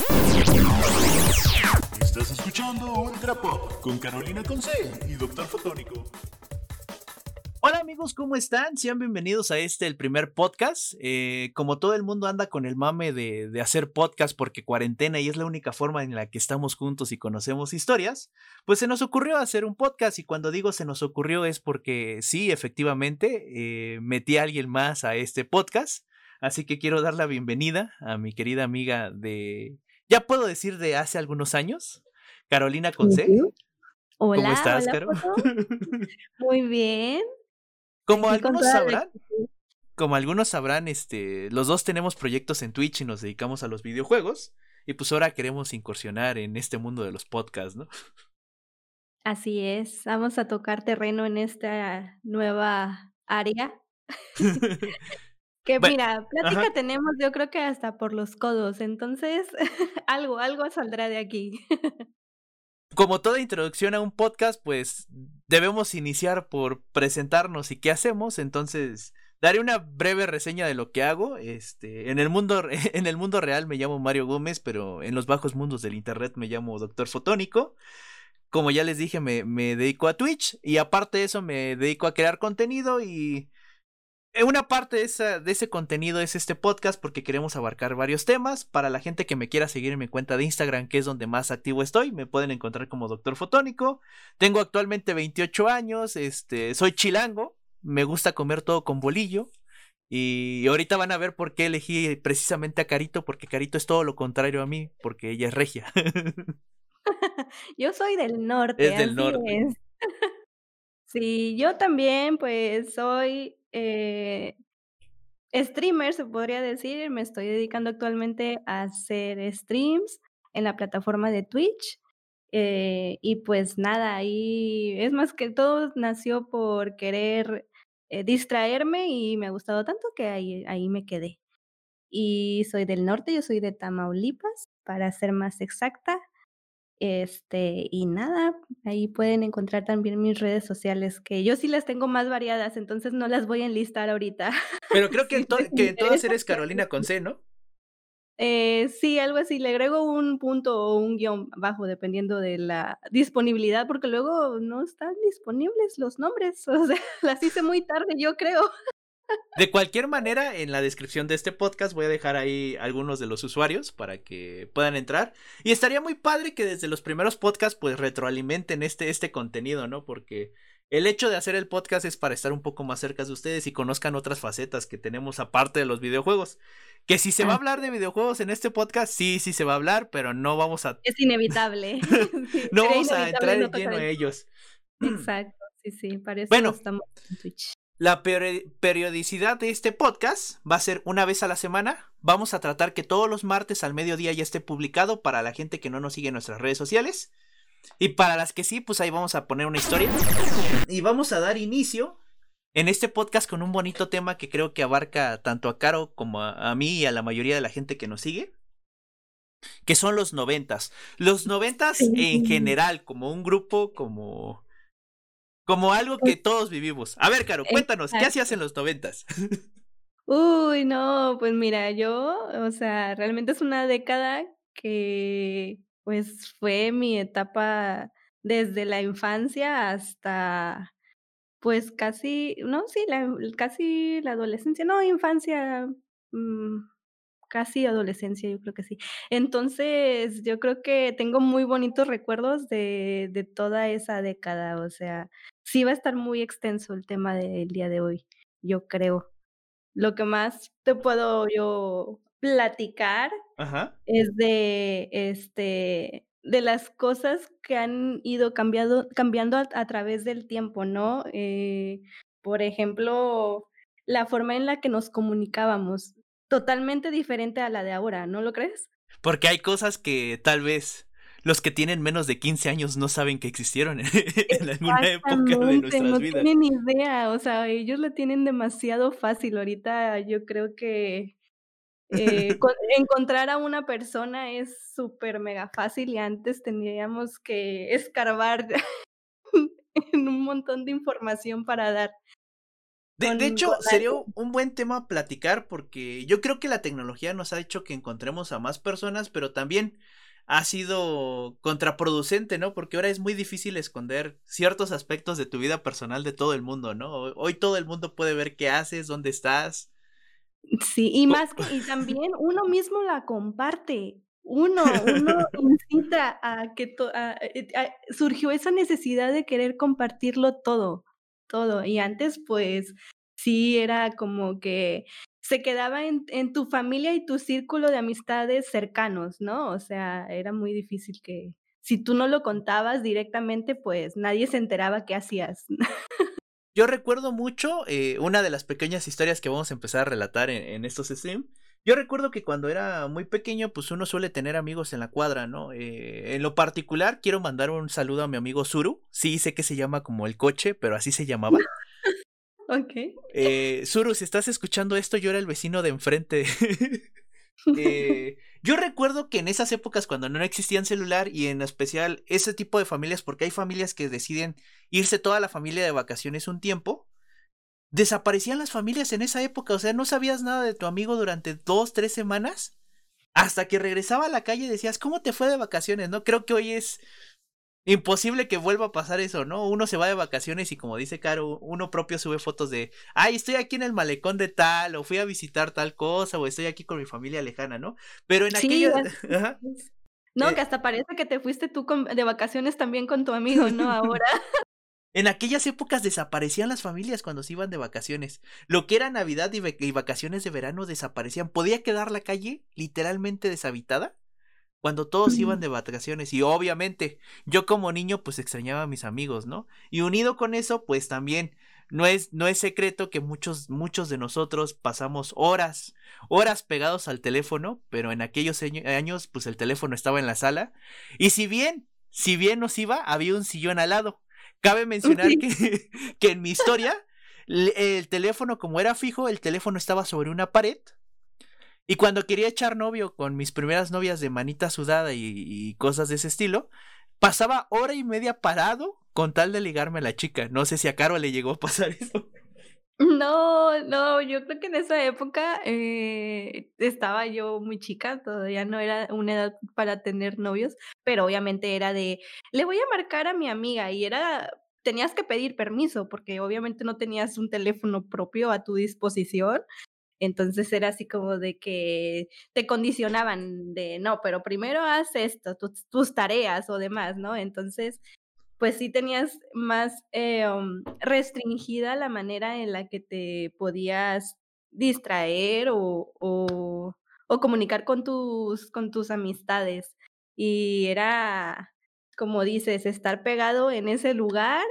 Estás escuchando Ultra Pop con Carolina Conce y Doctor Fotónico. Hola amigos, ¿cómo están? Sean bienvenidos a el primer podcast. Como todo el mundo anda con el mame de hacer podcast porque cuarentena y es la única forma en la que estamos juntos y conocemos historias, pues se nos ocurrió hacer un podcast, y cuando digo se nos ocurrió es porque sí, efectivamente, metí a alguien más a este podcast, así que quiero dar la bienvenida a mi querida amiga ya puedo decir de hace algunos años, Carolina Conce. Ujú. ¿Cómo Hola, estás, hola, Caro? Poto. Muy bien. Como Aquí con algunos toda la sabrán, actitud. los dos tenemos proyectos en Twitch y nos dedicamos a los videojuegos. Y pues ahora queremos incursionar en este mundo de los podcasts, ¿no? Así es. Vamos a tocar terreno en esta nueva área. Que Bueno, mira, ajá. plática tenemos, yo creo que hasta por los codos, entonces algo saldrá de aquí. Como toda introducción a un podcast, pues debemos iniciar por presentarnos y qué hacemos. Entonces, daré una breve reseña de lo que hago. En el mundo real me llamo Mario Gómez, pero en los bajos mundos del internet me llamo Doctor Fotónico. Como ya les dije, me dedico a Twitch, y aparte de eso me dedico a crear contenido, y una parte de ese contenido es este podcast porque queremos abarcar varios temas. Para la gente que me quiera seguir en mi cuenta de Instagram, que es donde más activo estoy, me pueden encontrar como Doctor Fotónico. Tengo actualmente 28 años, soy chilango, me gusta comer todo con bolillo. Y ahorita van a ver por qué elegí precisamente a Carito, porque Carito es todo lo contrario a mí, porque ella es regia. Yo soy del norte, Es del así norte. es. Sí, yo también, pues, soy, streamer, se podría decir. Me estoy dedicando actualmente a hacer streams en la plataforma de Twitch. Y pues nada, ahí es más que todo nació por querer, distraerme y me ha gustado tanto que ahí me quedé. Y soy del norte, yo soy de Tamaulipas, para ser más exacta. Y nada, ahí pueden encontrar también mis redes sociales, que yo sí las tengo más variadas, entonces no las voy a enlistar ahorita. Pero creo que Si les que en todas interesa, eres pues. Carolina con C, ¿no? Sí, algo así, le agrego un punto o un guión bajo, dependiendo de la disponibilidad, porque luego no están disponibles los nombres, o sea, las hice muy tarde, yo creo. De cualquier manera, en la descripción de este podcast voy a dejar ahí algunos de los usuarios para que puedan entrar. Y estaría muy padre que desde los primeros podcasts pues retroalimenten este contenido, ¿no? Porque el hecho de hacer el podcast es para estar un poco más cerca de ustedes y conozcan otras facetas que tenemos aparte de los videojuegos. Que si se va a Ah, hablar de videojuegos en este podcast, sí, sí se va a hablar, pero no vamos a, es inevitable. Sí, no sería vamos a inevitable entrar no en tocar lleno a el tema. ellos. Exacto, sí, para eso Bueno, estamos en Twitch. la periodicidad de este podcast va a ser una vez a la semana. Vamos a tratar que todos los martes al mediodía ya esté publicado para la gente que no nos sigue en nuestras redes sociales. Y para las que sí, pues ahí vamos a poner una historia. Y vamos a dar inicio en este podcast con un bonito tema que creo que abarca tanto a Caro como a mí y a la mayoría de la gente que nos sigue, que son los noventas. Los noventas en Sí, general, como un grupo, como algo pues, que todos vivimos. A ver, Caro, cuéntanos, ¿qué hacías exacto. en los noventas? Uy, no, pues mira, yo, o sea, realmente es una década que, pues, fue mi etapa desde la infancia hasta, pues, casi, no, sí, casi la adolescencia, no, infancia, mm, casi adolescencia, yo creo que sí. Entonces, yo creo que tengo muy bonitos recuerdos de toda esa década, o sea, sí va a estar muy extenso el tema del día de hoy, yo creo. Lo que más te puedo yo platicar Ajá. es de las cosas que han ido cambiando a través del tiempo, ¿no? Por ejemplo, la forma en la que nos comunicábamos, totalmente diferente a la de ahora, ¿no lo crees? Porque hay cosas que tal vez los que tienen menos de 15 años no saben que existieron en alguna época de Exactamente, nuestras no vidas. tienen idea, o sea, ellos lo tienen demasiado fácil. Ahorita yo creo que encontrar a una persona es súper mega fácil y antes tendríamos que escarbar en un montón de información para dar. De con hecho, sería algo. un buen tema a platicar porque yo creo que la tecnología nos ha hecho que encontremos a más personas, pero también ha sido contraproducente, ¿no? Porque ahora es muy difícil esconder ciertos aspectos de tu vida personal de todo el mundo, ¿no? Hoy todo el mundo puede ver qué haces, dónde estás. Sí, y O- más que y también uno mismo la comparte. Uno incita a que surgió esa necesidad de querer compartirlo todo, todo. Y antes, pues, sí era como que se quedaba en tu familia y tu círculo de amistades cercanos, ¿no? O sea, era muy difícil que si tú no lo contabas directamente, pues, nadie se enteraba qué hacías. Yo recuerdo mucho una de las pequeñas historias que vamos a empezar a relatar en estos streams. Yo recuerdo que cuando era muy pequeño, pues uno suele tener amigos en la cuadra, ¿no? En lo particular, quiero mandar un saludo a mi amigo Zuru. Sí, sé que se llama como el coche, pero así se llamaba. Okey. Zuru, si estás escuchando esto, yo era el vecino de enfrente. Yo recuerdo que en esas épocas cuando no existían celular y en especial ese tipo de familias, porque hay familias que deciden irse toda la familia de vacaciones un tiempo, desaparecían las familias en esa época, o sea, no sabías nada de tu amigo durante 2, 3 semanas, hasta que regresaba a la calle y decías, ¿cómo te fue de vacaciones? ¿No? Creo que hoy es imposible que vuelva a pasar eso, ¿no? Uno se va de vacaciones y como dice Caro, uno propio sube fotos de, ay, estoy aquí en el malecón de tal, o fui a visitar tal cosa, o estoy aquí con mi familia lejana, ¿no? Pero en Sí, aquellos, así ajá, es. No, que eh, hasta parece que te fuiste tú con de vacaciones también con tu amigo, ¿no? Ahora. en aquellas épocas desaparecían las familias cuando se iban de vacaciones. Lo que era Navidad y vacaciones de verano desaparecían. Podía quedar la calle literalmente deshabitada cuando todos iban de vacaciones. Y obviamente, yo como niño, pues extrañaba a mis amigos, ¿no? Y unido con eso, pues también no es secreto que muchos de nosotros pasamos horas pegados al teléfono, pero en aquellos años, pues el teléfono estaba en la sala. Y si bien nos iba, había un sillón al lado. Cabe mencionar Sí. que, que en mi historia, el teléfono, como era fijo, el teléfono estaba sobre una pared y cuando quería echar novio con mis primeras novias de manita sudada y cosas de ese estilo, pasaba hora y media parado con tal de ligarme a la chica. No sé si a Caro le llegó a pasar eso. No, no, yo creo que en esa época, estaba yo muy chica, todavía no era una edad para tener novios, pero obviamente era de: "Le voy a marcar a mi amiga", y tenías que pedir permiso, porque obviamente no tenías un teléfono propio a tu disposición. Entonces era así como de que te condicionaban de: "No, pero primero haz esto, tus tareas o demás", ¿no? Entonces, pues sí tenías más, restringida la manera en la que te podías distraer o comunicar con tus amistades. Y era, como dices, estar pegado en ese lugar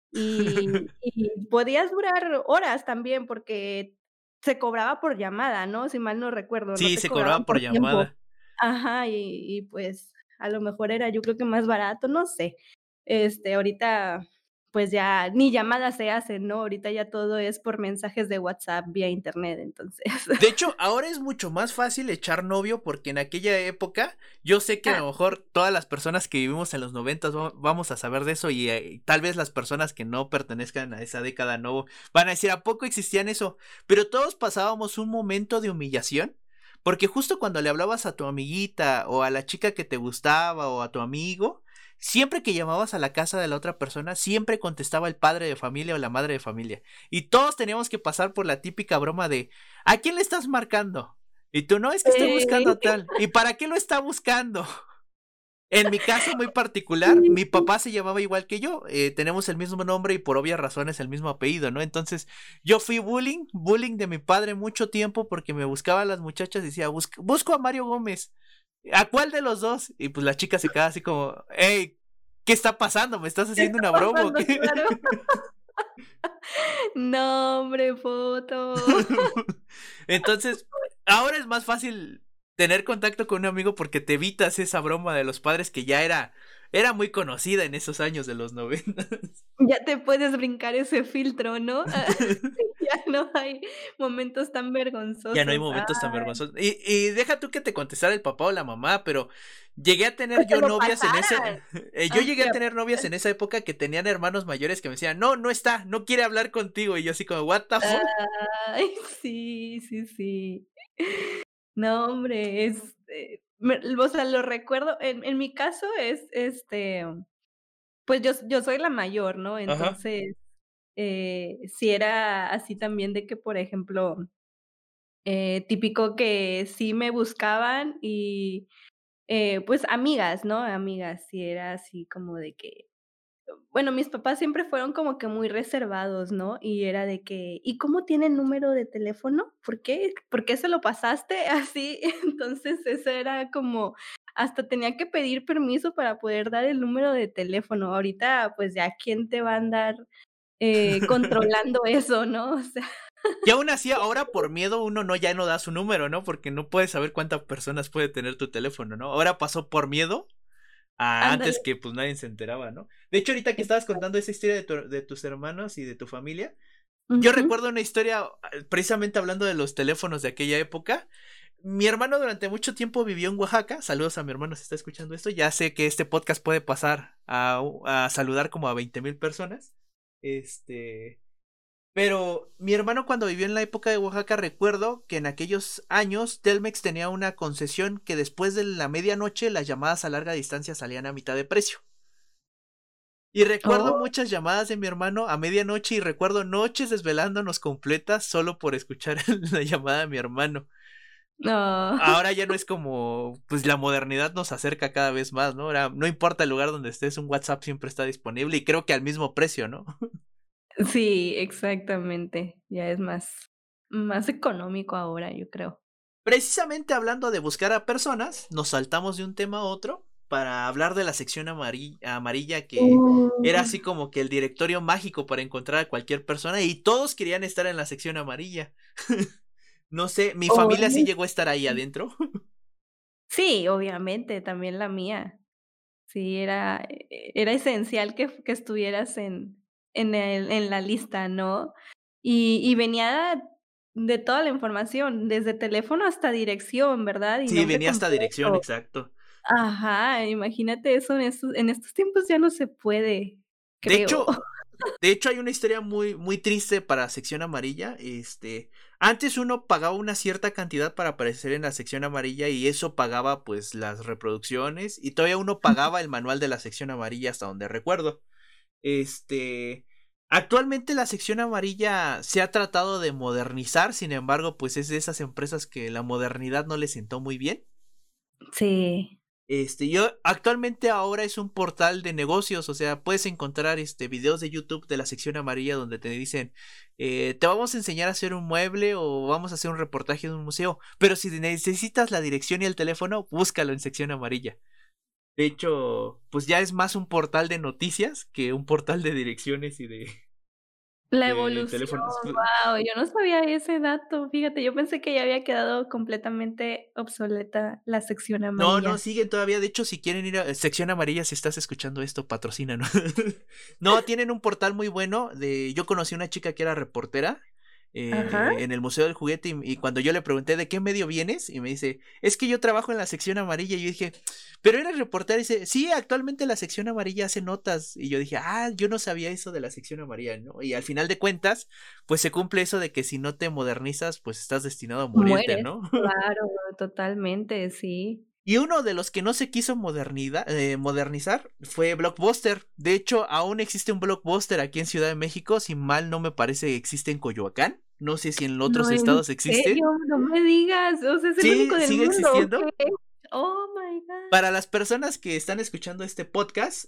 y podías durar horas también, porque se cobraba por llamada, ¿no? Si mal no recuerdo, no Sí, te se cobraba cobraban por por tiempo. llamada. Ajá, pues, a lo mejor era yo creo que más barato, no sé. Ahorita, pues, ya ni llamadas se hacen, ¿no? Ahorita ya todo es por mensajes de WhatsApp vía Internet, entonces. De hecho, ahora es mucho más fácil echar novio porque en aquella época, yo sé que a Ah, lo mejor todas las personas que vivimos en los 90 vamos a saber de eso y tal vez las personas que no pertenezcan a esa década no van a decir, ¿a poco existían eso? Pero todos pasábamos un momento de humillación porque justo cuando le hablabas a tu amiguita o a la chica que te gustaba o a tu amigo, siempre que llamabas a la casa de la otra persona, siempre contestaba el padre de familia o la madre de familia. Y todos teníamos que pasar por la típica broma de ¿a quién le estás marcando? Y tú, no, es que estoy buscando a tal. ¿Y para qué lo está buscando? En mi caso muy particular, mi papá se llamaba igual que yo, tenemos el mismo nombre y por obvias razones el mismo apellido, ¿no? Entonces yo fui bullying de mi padre mucho tiempo porque me buscaba a las muchachas y decía, busco a Mario Gómez, ¿a cuál de los dos? Y pues la chica se quedaba así como, hey, ¿qué está pasando? ¿Me estás ¿qué haciendo está una broma o pasando? qué? Claro. Nombre, foto. Entonces, ahora es más fácil tener contacto con un amigo porque te evitas esa broma de los padres que ya era muy conocida en esos años de los 90. Ya te puedes brincar ese filtro, ¿no? Ya no hay momentos tan Ya no hay vergonzosos. momentos tan vergonzosos. Y deja tú que te contestara el papá o la mamá, pero llegué a tener Que te yo lo novias en ese. pasaran. Yo llegué a Ya. tener novias en esa época que tenían hermanos mayores que me decían, no, no está, no quiere hablar contigo. Y yo así como, what the fuck? Ay, sí, sí, sí. No, hombre, o sea, lo recuerdo, en mi caso es, pues yo soy la mayor, ¿no? Ajá. Entonces, sí era así también de que, por ejemplo, típico que sí me buscaban y, pues amigas, ¿no? Amigas, sí era así como de que bueno, mis papás siempre fueron como que muy reservados, ¿no? Y era de que: "¿Y cómo tiene el número de teléfono? ¿Por qué? ¿Por qué se lo pasaste?". Así, entonces eso era como hasta tenía que pedir permiso para poder dar el número de teléfono. Ahorita, pues, ya quién te va a andar, controlando eso, ¿no? O sea, Y aún así, ahora por miedo uno no ya no da su número, ¿no? Porque no puedes saber cuántas personas puede tener tu teléfono, ¿no? Ahora pasó por miedo a ándale. antes que pues nadie se enteraba, ¿no? De hecho, ahorita que estabas contando esa historia de tus hermanos y de tu familia, yo Ujú. recuerdo una historia precisamente hablando de los teléfonos de aquella época. Mi hermano durante mucho tiempo vivió en Oaxaca. Saludos a mi hermano si está escuchando esto. Ya sé que este podcast puede pasar a saludar como a 20,000 personas. Este, pero mi hermano cuando vivió en la época de Oaxaca recuerdo que en aquellos años Telmex tenía una concesión que después de la medianoche las llamadas a larga distancia salían a mitad de precio. Y recuerdo Oh, muchas llamadas de mi hermano a medianoche y recuerdo noches desvelándonos completas solo por escuchar la llamada de mi hermano. no. Ahora ya no es como, pues la modernidad nos acerca cada vez más, ¿no? Ahora no importa el lugar donde estés, un WhatsApp siempre está disponible y creo que al mismo precio, ¿no? Sí, exactamente. Ya es más económico ahora, yo creo. Precisamente hablando de buscar a personas, nos saltamos de un tema a otro para hablar de la sección amarilla que era Uh. así como que el directorio mágico para encontrar a cualquier persona y todos querían estar en la sección amarilla. No sé, mi familia sí Oye, llegó a estar ahí sí. adentro. Sí, obviamente, también la mía. Sí, era esencial que estuvieras en la lista, ¿no? Y venía de toda la información, desde teléfono hasta dirección, ¿verdad? Y Sí, nombre venía hasta dirección, completo. exacto. Ajá, imagínate eso en estos tiempos ya no se puede, De creo. hecho, de hecho hay una historia muy, muy triste para sección amarilla. Antes uno pagaba una cierta cantidad para aparecer en la sección amarilla y eso pagaba pues las reproducciones y todavía uno pagaba el manual de la sección amarilla hasta donde recuerdo. Este, Actualmente la sección amarilla se ha tratado de modernizar, sin embargo, pues es de esas empresas que la modernidad no le sentó muy bien. Sí. Yo actualmente ahora es un portal de negocios, o sea, puedes encontrar videos de YouTube de la sección amarilla donde te dicen, te vamos a enseñar a hacer un mueble o vamos a hacer un reportaje de un museo, pero si necesitas la dirección y el teléfono, búscalo en sección amarilla. De hecho, pues ya es más un portal de noticias que un portal de direcciones y La de evolución, teléfonos. guau, yo no sabía ese dato, fíjate, yo pensé que ya había quedado completamente obsoleta la sección No, no, amarilla. siguen todavía. De hecho, si quieren ir a sección amarilla, si estás escuchando esto, patrocínanos. No, tienen un portal muy bueno. Yo conocí a una chica que era reportera Ajá. en el Museo del Juguete y cuando yo le pregunté de qué medio vienes y me dice, es que yo trabajo en la sección amarilla y yo dije, pero eres reportera y dice, sí, actualmente la sección amarilla hace notas y yo dije, yo no sabía eso de la sección amarilla, ¿no? Y al final de cuentas, pues se cumple eso de que si no te modernizas, pues estás destinado a morirte, Mueres, ¿no? claro, totalmente, sí. Y uno de los que no se quiso modernizar fue Blockbuster. De hecho, aún existe un Blockbuster aquí en Ciudad de México. Si mal no me parece, existe en Coyoacán. No sé si en No, otros ¿en estados existe. serio? No me digas, o sea, ¿es el único Sí, del sigue mundo o existiendo. qué? Oh my God. Para las personas que están escuchando este podcast,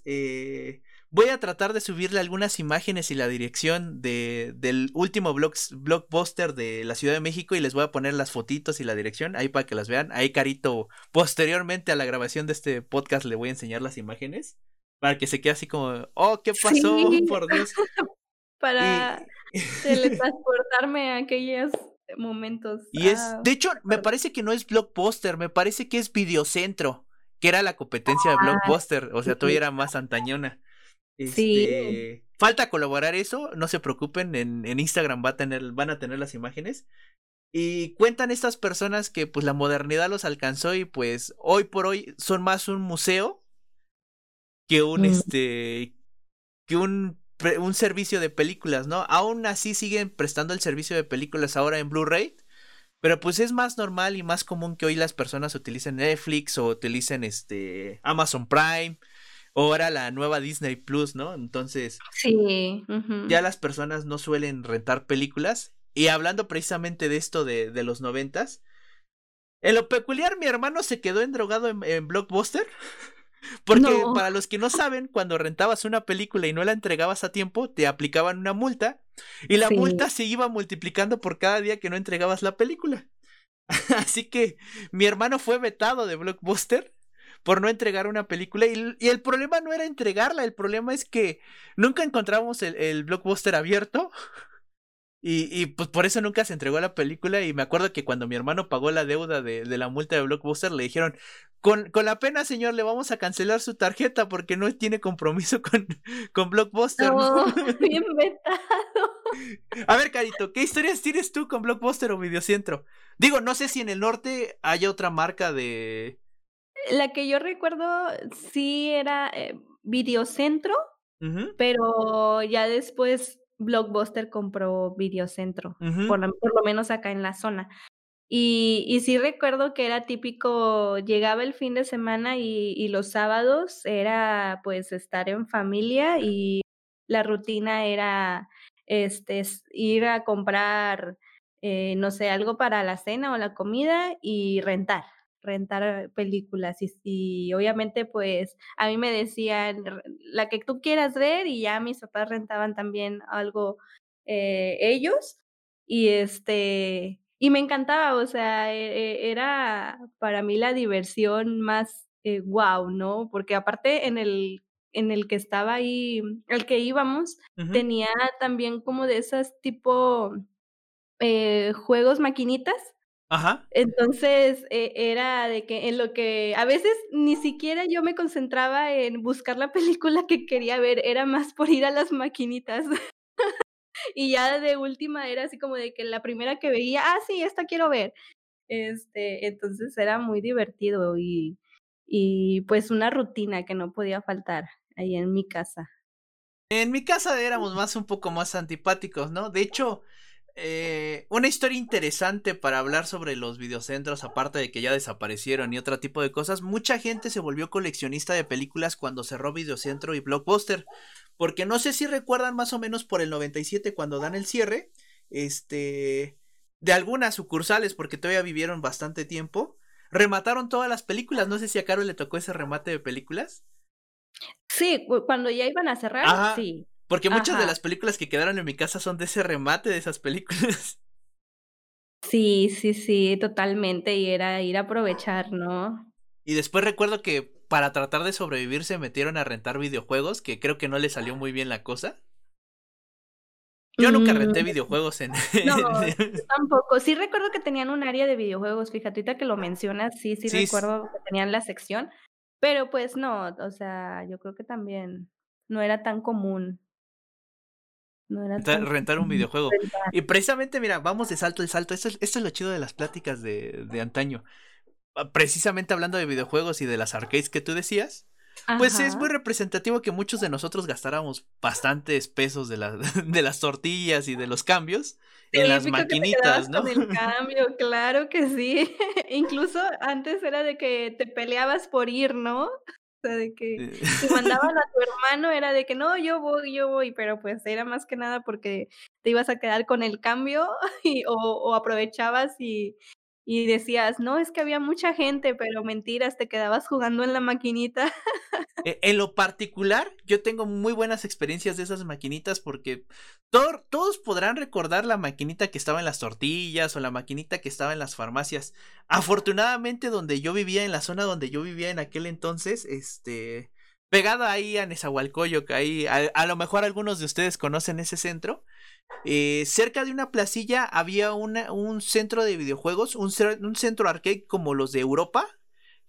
voy a tratar de subirle algunas imágenes y la dirección del último blockbuster de la Ciudad de México y les voy a poner las fotitos y la dirección ahí para que las vean. Ahí Carito, posteriormente a la grabación de este podcast le voy a enseñar las imágenes para que se quede así como, oh, ¿qué pasó? Sí, Por Dios. para Y teletransportarme a aquellos momentos. de hecho, me parece que no es Blockbuster, me parece que es Videocentro. que era la competencia de Ah, Blockbuster, o sea, todavía sí. era más antañona. Sí. Falta colaborar eso, no se preocupen, en Instagram van a tener las imágenes. Y cuentan estas personas que pues la modernidad los alcanzó y pues hoy por hoy son más un museo que Mm, un servicio de películas, ¿no? Aún así siguen prestando el servicio de películas ahora en Blu-ray, pero pues es más normal y más común que hoy las personas utilicen Netflix o utilicen Amazon Prime o ahora la nueva Disney Plus, ¿no? Entonces, sí, ya ujú. las personas no suelen rentar películas. Y hablando precisamente de esto de los noventas, en lo peculiar mi hermano se quedó endrogado en Blockbuster. Porque No, para los que no saben, cuando rentabas una película y no la entregabas a tiempo, te aplicaban una multa y la sí. multa se iba multiplicando por cada día que no entregabas la película. Así que mi hermano fue vetado de Blockbuster por no entregar una película y el problema no era entregarla, el problema es que nunca encontrábamos el Blockbuster abierto y pues por eso nunca se entregó la película. Y me acuerdo que cuando mi hermano pagó la deuda de la multa de Blockbuster, le dijeron, con la pena, señor, le vamos a cancelar su tarjeta porque no tiene compromiso con Blockbuster, ¿no? No, bien vetado. A ver, Carito, ¿qué historias tienes tú con Blockbuster o Videocentro? Digo, no sé si en el norte haya otra marca de... La que yo recuerdo sí era, Videocentro, Ujú, pero ya después Blockbuster compró Videocentro, ujú, por lo menos acá en la zona. Y sí recuerdo que era típico, llegaba el fin de semana y los sábados era, pues, estar en familia y la rutina era, ir a comprar, no sé, algo para la cena o la comida y rentar películas. Y obviamente, pues, a mí me decían: La que tú quieras ver", y ya mis papás rentaban también algo, ellos. Y me encantaba, o sea, era para mí la diversión más, guau, ¿no? Porque aparte en el que estaba ahí, al que íbamos, ujú. tenía también como de esas tipo, juegos maquinitas. Ajá. Entonces, era de que en lo que a veces ni siquiera yo me concentraba en buscar la película que quería ver, era más por ir a las maquinitas. Y ya de última era así como de que la primera que veía, sí, esta quiero ver. Entonces era muy divertido y pues una rutina que no podía faltar ahí en mi casa. En mi casa éramos más un poco más antipáticos, ¿no? De hecho, una historia interesante para hablar sobre los videocentros, aparte de que ya desaparecieron y otro tipo de cosas, mucha gente se volvió coleccionista de películas cuando cerró Videocentro y Blockbuster, porque no sé si recuerdan más o menos por el 97 cuando dan el cierre, de algunas sucursales, porque todavía vivieron bastante tiempo, remataron todas las películas, no sé si a Caro le tocó ese remate de películas. Sí, cuando ya iban a cerrar, Ajá, sí. porque muchas de Ajá. las películas que quedaron en mi casa son de ese remate de esas películas. Sí, sí, sí, totalmente, y era ir a aprovechar, ¿no? Y después recuerdo que para tratar de sobrevivir se metieron a rentar videojuegos, que creo que no les salió muy bien la cosa. Yo nunca Mm, renté videojuegos en... no, yo tampoco. Sí recuerdo que tenían un área de videojuegos, fíjate, ahorita que lo mencionas, sí, sí Sí, recuerdo que tenían la sección, pero pues no, o sea, yo creo que también no era tan común, no era tan rentar un común videojuego. rentar. Y precisamente, mira, vamos de salto en salto. Esto es lo chido de las pláticas de antaño. Precisamente hablando de videojuegos y de las arcades que tú decías, pues es Ajá. muy representativo que muchos de nosotros gastáramos bastantes pesos de las tortillas y de los cambios en las Típico que te quedabas maquinitas, ¿no? con el cambio, claro que sí. Incluso antes era de que te peleabas por ir, ¿no? O sea, de que si mandaban a tu hermano era de que: "No, yo voy", pero, pues, era más que nada porque te ibas a quedar con el cambio o aprovechabas y decías: "No, es que había mucha gente", pero mentiras, te quedabas jugando en la maquinita. En lo particular, yo tengo muy buenas experiencias de esas maquinitas porque todos podrán recordar la maquinita que estaba en las tortillas o la maquinita que estaba en las farmacias. Afortunadamente, donde yo vivía, en la zona donde yo vivía en aquel entonces, pegada ahí a Nezahualcóyotl, que ahí a lo mejor algunos de ustedes conocen ese centro. Cerca de una placilla había un centro de videojuegos, un centro arcade como los de Europa,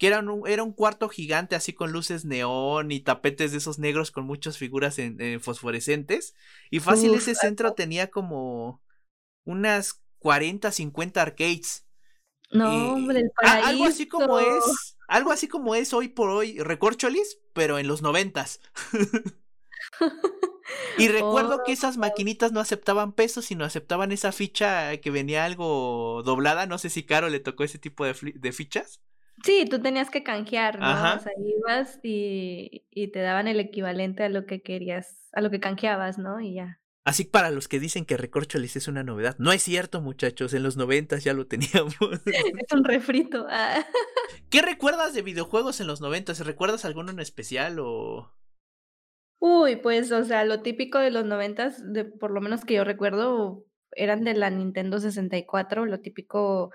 que era un cuarto gigante así con luces neón y tapetes de esos negros con muchas figuras en fosforescentes. Y fácil Uf, ese centro tenía como unas 40, 50 arcades. no, hombre, el Algo paraíso. así como es hoy por hoy Recorcholis, pero en los 90s. Y recuerdo que Oh, esas maquinitas no aceptaban pesos, sino aceptaban esa ficha que venía algo doblada. No sé si Caro le tocó ese tipo de fichas. sí, tú tenías que canjear, ¿no? O Ajá. sea, ibas y te daban el equivalente a lo que querías, a lo que canjeabas, ¿no? Y ya. Así para los que dicen que Recorcholis es una novedad. No es cierto, muchachos. En los 90s ya lo teníamos. Es un refrito. Ah. ¿Qué recuerdas de videojuegos en los 90s? ¿Recuerdas alguno en especial o...? Uy, pues, o sea, lo típico de los noventas, de por lo menos que yo recuerdo, eran de la Nintendo 64, lo típico,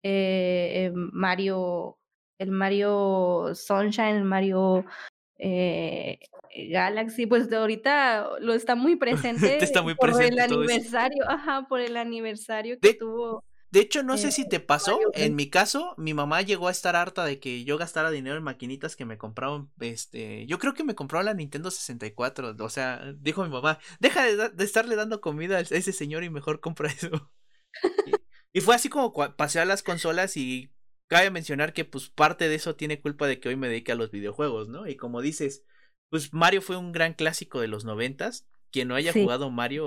Mario, el Mario Sunshine, el Mario, eh, Galaxy, pues, de ahorita lo está muy Te presente está muy por el presente todo eso. aniversario, ajá, por el aniversario que De, tuvo, de hecho, no sé si te pasó. Mario En Bros. mi caso, mi mamá llegó a estar harta de que yo gastara dinero en maquinitas que me compraban. Yo creo que me compró la Nintendo 64. O sea, dijo mi mamá, deja de estarle dando comida a ese señor y mejor compra eso. Y fue así como pasé a las consolas y cabe mencionar que pues parte de eso tiene culpa de que hoy me dedique a los videojuegos, ¿no? Y como dices, pues Mario fue un gran clásico de los 90s. Quien no haya Sí, jugado Mario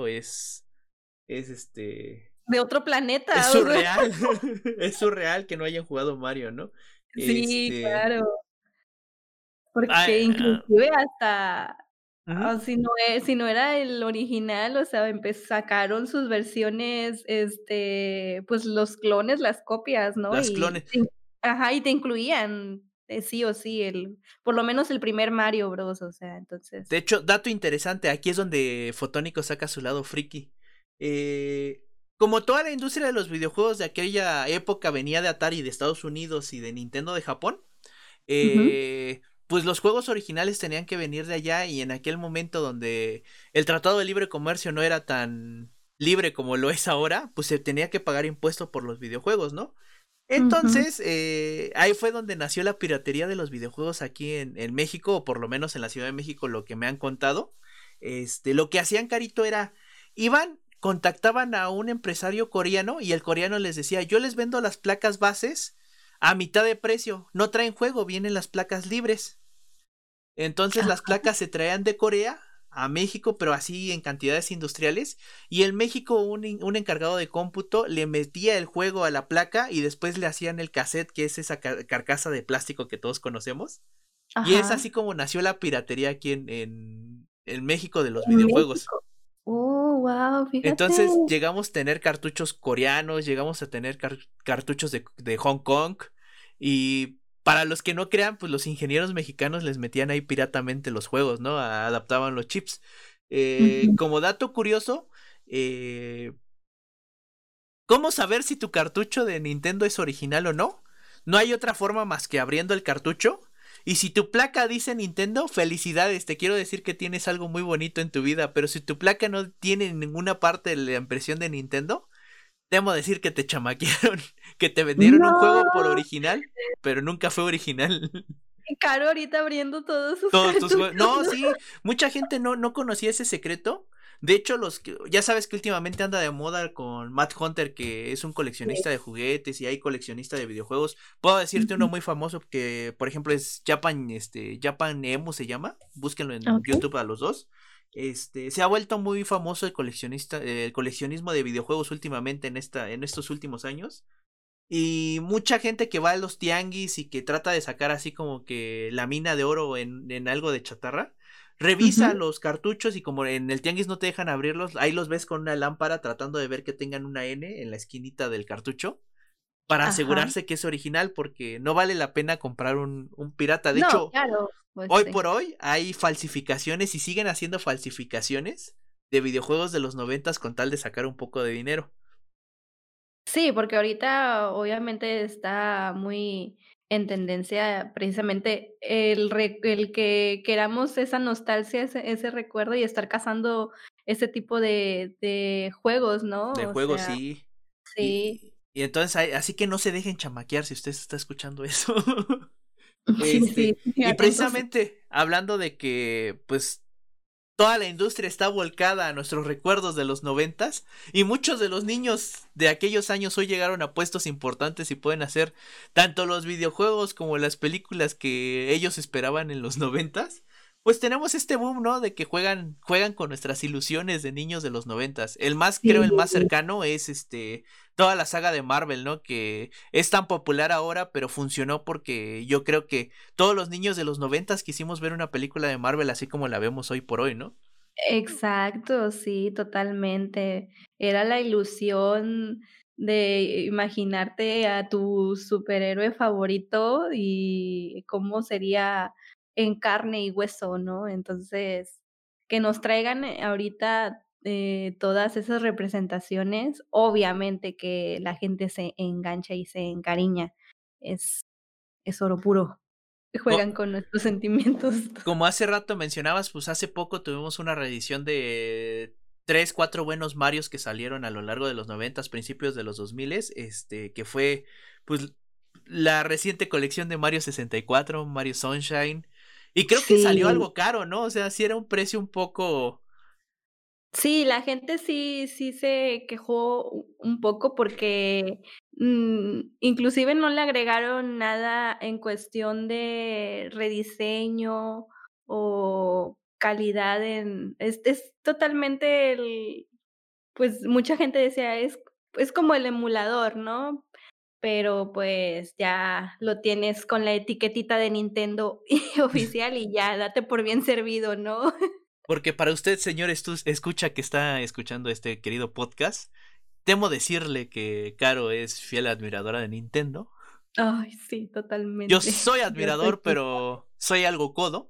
es de otro es planeta, o sea, surreal. Es surreal que no hayan jugado Mario, ¿no? sí, Este. claro. Porque Ah, inclusive hasta, ujú, si no era el original, o sea, sacaron sus versiones, pues, los clones, las copias, ¿no? las clones. Ajá, y te incluían, sí o sí, por lo menos el primer Mario Bros, o sea, De entonces hecho, dato interesante, aquí es donde Fotónico saca su lado friki. Eh, Como toda la industria de los videojuegos de aquella época venía de Atari de Estados Unidos y de Nintendo de Japón, ujú, pues los juegos originales tenían que venir de allá y en aquel momento donde el Tratado de Libre Comercio no era tan libre como lo es ahora, pues se tenía que pagar impuesto por los videojuegos, ¿no? ujú, Entonces, ahí fue donde nació la piratería de los videojuegos aquí en México, o por lo menos en la Ciudad de México, lo que me han contado. Lo que hacían, Carito, era, iban, contactaban a un empresario coreano y el coreano les decía, yo les vendo las placas bases a mitad de precio, no traen juego, vienen las placas libres. Entonces las ah, placas se traían de Corea a México, pero así en cantidades industriales. Y en México un encargado de cómputo le metía el juego a la placa y después le hacían el cassette, que es esa carcasa de plástico que todos conocemos. Y es ajá, así como nació la piratería aquí en México de los en videojuegos. México. Oh, guau, fíjate. Entonces llegamos a tener cartuchos coreanos, llegamos a tener cartuchos de Hong Kong y para los que no crean, pues los ingenieros mexicanos les metían ahí piratamente los juegos, ¿no? Adaptaban los chips. Ujú. Como dato curioso, eh, ¿cómo saber si tu cartucho de Nintendo es original o no? No hay otra forma más que abriendo el cartucho. Y si tu placa dice Nintendo, felicidades, te quiero decir que tienes algo muy bonito en tu vida, pero si tu placa no tiene en ninguna parte la impresión de Nintendo, temo decir que te chamaquearon, que te vendieron un juego por No, original, pero nunca fue original. qué caro ahorita abriendo todos sus Todos tus juegos. cartuchos, No, ¿no? sí, mucha gente no conocía ese secreto. De hecho, ya sabes que últimamente anda de moda con Matt Hunter, que es un Sí. coleccionista de juguetes y hay coleccionista de videojuegos. Puedo decirte uno Ujú. muy famoso que, por ejemplo, es Japan Emu se llama. Búsquenlo en Okey. YouTube a los dos. Se ha vuelto muy famoso el coleccionismo de videojuegos últimamente en estos últimos años. Y mucha gente que va a los tianguis y que trata de sacar así como que la mina de oro en algo de chatarra, revisa Ujú. los cartuchos y como en el tianguis no te dejan abrirlos, ahí los ves con una lámpara tratando de ver que tengan una N en la esquinita del cartucho para Ajá. asegurarse que es original porque no vale la pena comprar un pirata. De No, hecho, claro, pues hoy sí. por hoy hay falsificaciones y siguen haciendo falsificaciones de videojuegos de los 90 con tal de sacar un poco de dinero. Sí, porque ahorita obviamente está muy en tendencia precisamente el que queramos esa nostalgia, ese recuerdo y estar cazando ese tipo de juegos, De ¿no? O juegos, sea, sí. sí. Y entonces, así que no se dejen chamaquear si usted está escuchando eso. Sí, sí, muy Y atentos. precisamente hablando de que, pues, toda la industria está volcada a nuestros recuerdos de los noventas y muchos de los niños de aquellos años hoy llegaron a puestos importantes y pueden hacer tanto los videojuegos como las películas que ellos esperaban en los noventas. Pues tenemos este boom, ¿no? De que juegan con nuestras ilusiones de niños de los noventas. Creo, el más Sí. cercano es toda la saga de Marvel, ¿no? Que es tan popular ahora, pero funcionó porque yo creo que todos los niños de los noventas quisimos ver una película de Marvel así como la vemos hoy por hoy, ¿no? Exacto, sí, totalmente. Era la ilusión de imaginarte a tu superhéroe favorito y cómo sería en carne y hueso, ¿no? Entonces, que nos traigan ahorita todas esas representaciones, obviamente que la gente se engancha y se encariña. Es, es oro puro. Co- Juegan con nuestros sentimientos. Como hace rato mencionabas, pues hace poco tuvimos una reedición de tres, cuatro buenos Marios que salieron a lo largo de los noventas, principios de los 2000, que fue pues la reciente colección de Mario 64, Mario Sunshine, y creo que salió Sí. algo caro, ¿no? O sea, sí era un precio un poco. Sí, la gente sí se quejó un poco porque, inclusive no le agregaron nada en cuestión de rediseño o calidad en es totalmente el pues, mucha gente decía: "Es como el emulador", ¿no? Pero, pues, ya lo tienes con la etiquetita de Nintendo oficial y ya date por bien servido, ¿no? Porque para usted, señor escucha que está escuchando este querido podcast, temo decirle que Caro es fiel admiradora de Nintendo. Ay, sí, Yo totalmente. soy Yo soy admirador, su pero soy algo codo.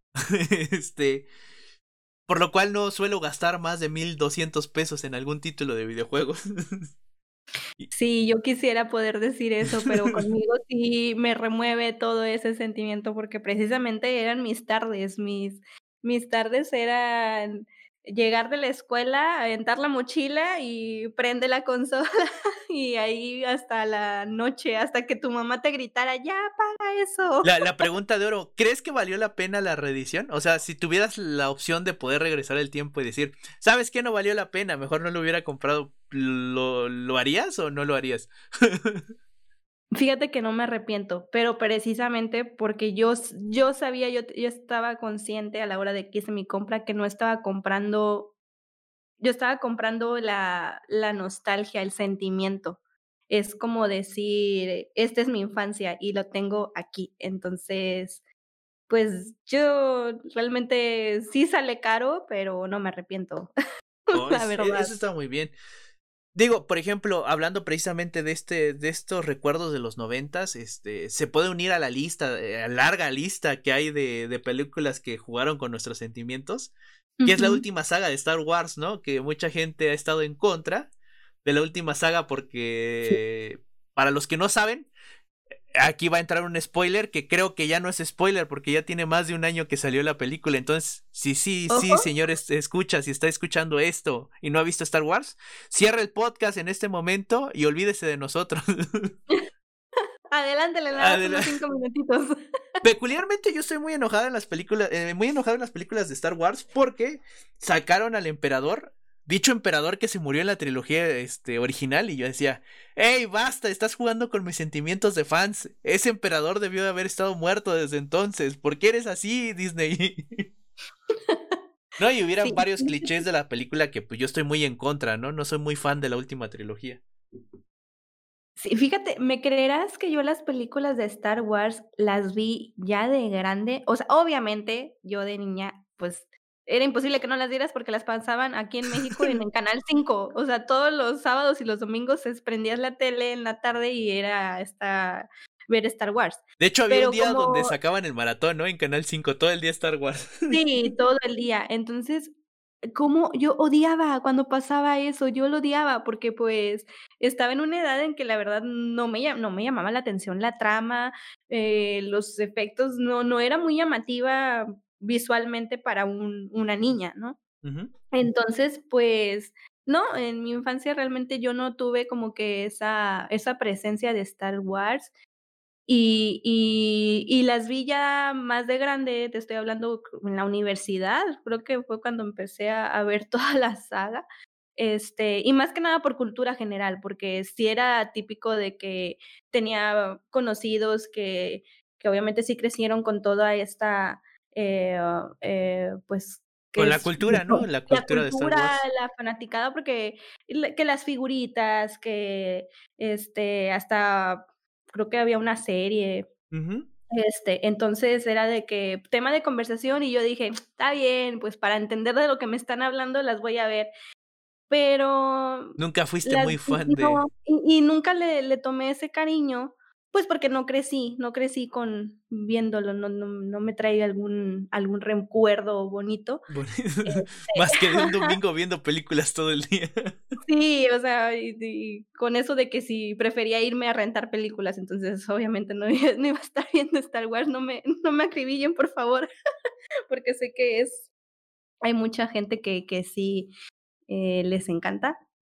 este, por lo cual no suelo gastar más de 1,200 pesos en algún título de videojuegos. Y- sí, yo quisiera poder decir eso, pero conmigo sí me remueve todo ese sentimiento, porque precisamente eran mis tardes, mis tardes eran llegar de la escuela, aventar la mochila y prende la consola, y ahí hasta la noche, hasta que tu mamá te gritara: "Ya, apaga eso". la pregunta de oro, ¿crees que valió la pena la reedición? O sea, si tuvieras la opción de poder regresar el tiempo y decir, ¿sabes qué? No valió la pena, mejor no lo hubiera comprado, ¿lo harías o no lo harías? Fíjate que no me arrepiento, pero precisamente porque yo sabía, yo estaba consciente a la hora de que hice mi compra que no estaba comprando yo estaba comprando la nostalgia, el sentimiento. Es como decir: "Esta es mi infancia y lo tengo aquí". Entonces, pues, yo realmente sí sale caro, pero no me arrepiento, Oh, la verdad. eso está muy bien. Digo, por ejemplo, hablando precisamente de estos recuerdos de los noventas, se puede unir a la lista, a larga lista que hay de películas que jugaron con nuestros sentimientos, que es la Ujú. última saga de Star Wars, ¿no? Que mucha gente ha estado en contra de la última saga Sí. porque, para los que no saben, aquí va a entrar un spoiler que creo que ya no es spoiler porque ya tiene más de un año que salió la película. Entonces, sí, Ojo. señores, escucha, si está escuchando esto y no ha visto Star Wars, cierra el podcast en este momento y olvídese de nosotros. Adelántale nada más Adela- unos 5 minutitos. Peculiarmente yo estoy muy enojada en las películas, muy enojado en las películas de Star Wars porque sacaron al emperador, dicho emperador que se murió en la trilogía original y yo decía, hey, basta, estás jugando con mis sentimientos de fans, ese emperador debió de haber estado muerto desde entonces, ¿por qué eres así, Disney? No, y hubieran Sí. varios clichés de la película que pues yo estoy muy en contra, ¿no? No soy muy fan de la última trilogía. Sí, fíjate, ¿me creerás que yo las películas de Star Wars las vi ya de grande? O sea, obviamente, yo de niña, pues, era imposible que no las vieras porque las pasaban aquí en México en el Canal 5. O sea, todos los sábados y los domingos prendías la tele en la tarde y era ver Star Wars. De hecho, había un Pero día donde como sacaban el maratón, ¿no? En Canal 5 todo el día Star Wars. sí, todo el día. Entonces, cómo yo odiaba cuando pasaba eso, yo lo odiaba porque, pues, estaba en una edad en que la verdad no me llamaba la atención la trama, los efectos, no era muy llamativa visualmente para una niña, ¿no? Ujú. Entonces, pues, no, en mi infancia realmente yo no tuve como que esa presencia de Star Wars. y las vi ya más de grande, te estoy hablando en la universidad, creo que fue cuando empecé a ver toda la saga, y más que nada por cultura general, porque sí era típico de que tenía conocidos que obviamente sí crecieron con toda esta, pues, que Con la es cultura, ¿no? La la cultura de Star cultura, Wars. la fanaticada, porque que las figuritas, que, hasta creo que había una serie, Ujú. entonces era de que tema de conversación y yo dije: "Está bien, pues para entender de lo que me están hablando las voy a ver", pero Nunca fuiste las muy fan de... no, y nunca le tomé ese cariño, pues porque no crecí con viéndolo, no me trae algún recuerdo bonito, Boni este más que de un domingo viendo películas todo el día. Sí, o sea, y con eso de que si prefería irme a rentar películas, entonces, obviamente, no iba a estar viendo Star Wars, no me acribillen, por favor, porque sé que hay mucha gente que sí, les encanta,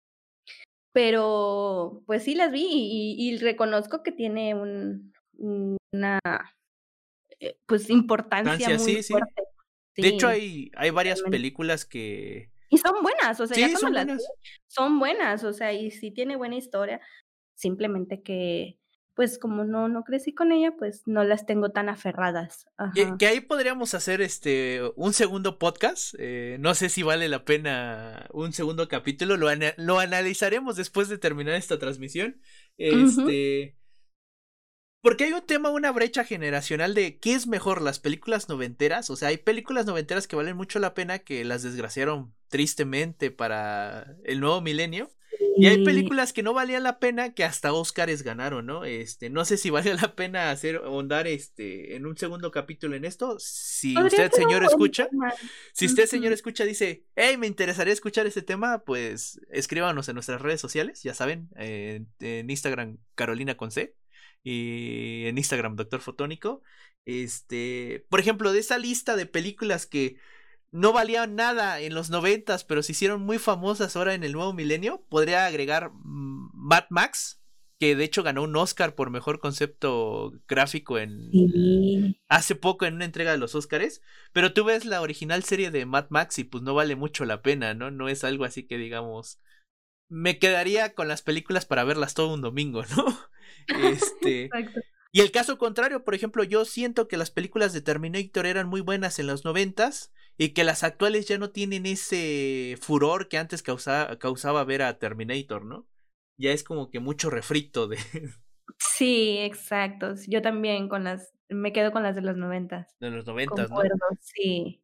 pero, pues, sí las vi y reconozco que tiene una, pues, importancia Francia, muy sí, sí. fuerte. De hecho, Sí, hay varias totalmente. películas que Y son buenas, o sea, ya sí, cuando son las vi, buenas. son buenas, o sea, y sí tiene buena historia. Simplemente que, pues, como no crecí con ella, pues, no las tengo tan aferradas. Que Ajá. ahí podríamos hacer, un segundo podcast, no sé si vale la pena un segundo capítulo, lo analizaremos después de terminar esta transmisión, Ujú. porque hay un tema, una brecha generacional de qué es mejor, las películas noventeras, o sea, hay películas noventeras que valen mucho la pena, que las desgraciaron tristemente para el nuevo milenio, y hay Sí. películas que no valían la pena, que hasta Óscares ganaron, ¿no? No sé si vale la pena hacer, ahondar, en un segundo capítulo en esto, si Podría usted, ser un señor, buen escucha, tema. si usted, señor, Ujú. escucha, dice, hey, me interesaría escuchar ese tema, pues escríbanos en nuestras redes sociales, ya saben, en Instagram, Carolina con C, y en Instagram, Doctor Fotónico. Por ejemplo, de esa lista de películas que no valían nada en los noventas, pero se hicieron muy famosas ahora en el nuevo milenio, podría agregar Mad Max, que de hecho ganó un Oscar por mejor concepto gráfico Sí. hace poco en una entrega de los Oscars, pero tú ves la original serie de Mad Max y pues no vale mucho la pena, ¿no? No es algo así que digamos, me quedaría con las películas para verlas todo un domingo, ¿no? Exacto. Y el caso contrario, por ejemplo, yo siento que las películas de Terminator eran muy buenas en los noventas y que las actuales ya no tienen ese furor que antes causaba ver a Terminator, ¿no? Ya es como que mucho refrito Sí, exacto. Sí, yo también me quedo con las de los 90. de los noventas, ¿no? Concuerdo, sí.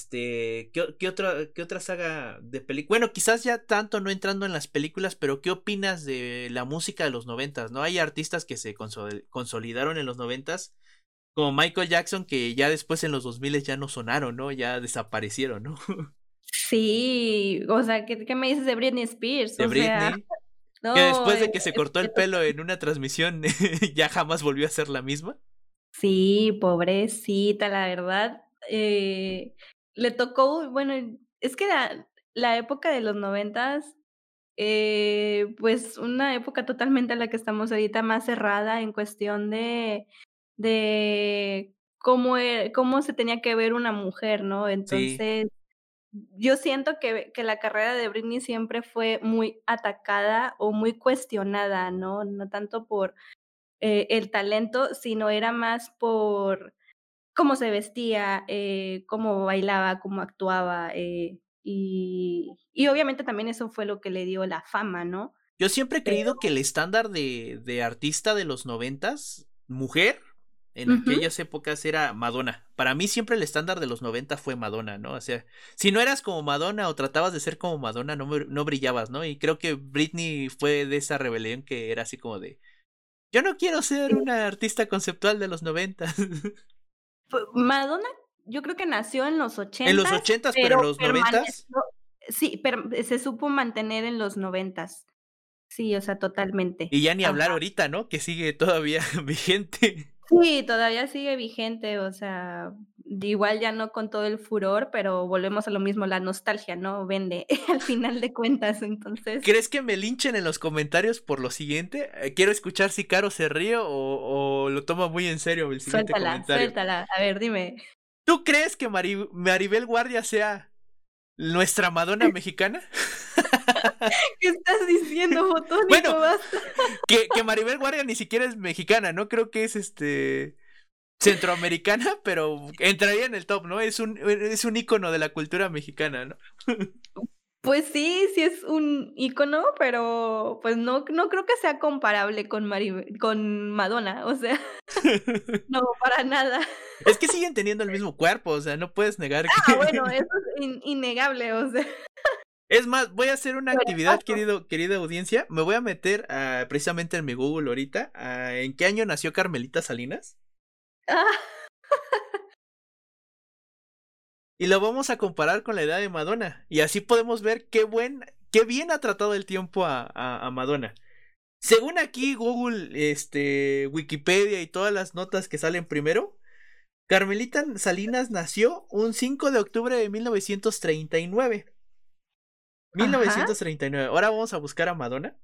¿Qué otra saga de películas? Bueno, quizás ya tanto no entrando en las películas, pero ¿qué opinas de la música de los noventas? ¿No? Hay artistas que se consolidaron en los noventas, como Michael Jackson, que ya después en los 2000 ya no sonaron, ¿no? Ya desaparecieron, ¿no? Sí, o sea, ¿qué me dices de Britney Spears? De O sea, Britney, que no, después de que se cortó el respeto. pelo en una transmisión, ya jamás volvió a ser la misma. Sí, pobrecita, la verdad, le tocó, bueno, es que la época de los 90, pues, una época totalmente a la que estamos ahorita más cerrada en cuestión de cómo se tenía que ver una mujer, ¿no? Sí, Entonces, yo siento que la carrera de Britney siempre fue muy atacada o muy cuestionada, ¿no? No tanto por, el talento, sino era más por cómo se vestía, cómo bailaba, cómo actuaba, y obviamente también eso fue lo que le dio la fama, ¿no? yo siempre he Pero creído que el estándar de artista de los noventas, mujer, en ujú, aquellas épocas era Madonna. Para mí siempre el estándar de los 90 fue Madonna, ¿no? O sea, si no eras como Madonna o tratabas de ser como Madonna, no brillabas, ¿no? Y creo que Britney fue de esa rebelión que era así como de, yo no quiero ser sí. una artista conceptual de los 90. Madonna, yo creo que nació en los En los 80, 80, pero en pero los 90 permaneció, sí, pero se supo mantener en los 90. Sí, o sea, totalmente. y ya ni hablar Ajá. ahorita, ¿no? Que sigue todavía vigente. Sí, todavía sigue vigente, o sea, igual ya no con todo el furor, pero volvemos a lo mismo, la nostalgia, ¿no? Vende al final de cuentas, entonces ¿Crees que me linchen en los comentarios por lo siguiente? Quiero escuchar si Caro se ríe o lo toma muy en serio el siguiente suéltala, comentario. suéltala. A ver, dime. ¿Tú crees que Maribel Guardia sea nuestra Madonna mexicana? ¿Qué estás diciendo, Bueno, Botónico? Basta. que Maribel Guardia ni siquiera es mexicana, ¿no? Creo que es centroamericana, pero entraría en el top, ¿no? Es un ícono de la cultura mexicana, ¿no? Pues sí, sí es un ícono, pero, pues, no creo que sea comparable con Madonna, o sea, no, para nada. Es que siguen teniendo el mismo cuerpo, o sea, no puedes negar que... Bueno, eso es innegable, o sea, Es más, voy a hacer una actividad, cuerpazo. querida audiencia. Me voy a meter precisamente en mi Google ahorita. ¿En qué año nació Carmelita Salinas? Ah, Y lo vamos a comparar con la edad de Madonna. Y así podemos ver qué bien ha tratado el tiempo a Madonna. Según aquí Google, Wikipedia y todas las notas que salen primero, Carmelita Salinas nació un 5 de octubre de 1939. ajá, 1939. Ahora vamos a buscar a Madonna.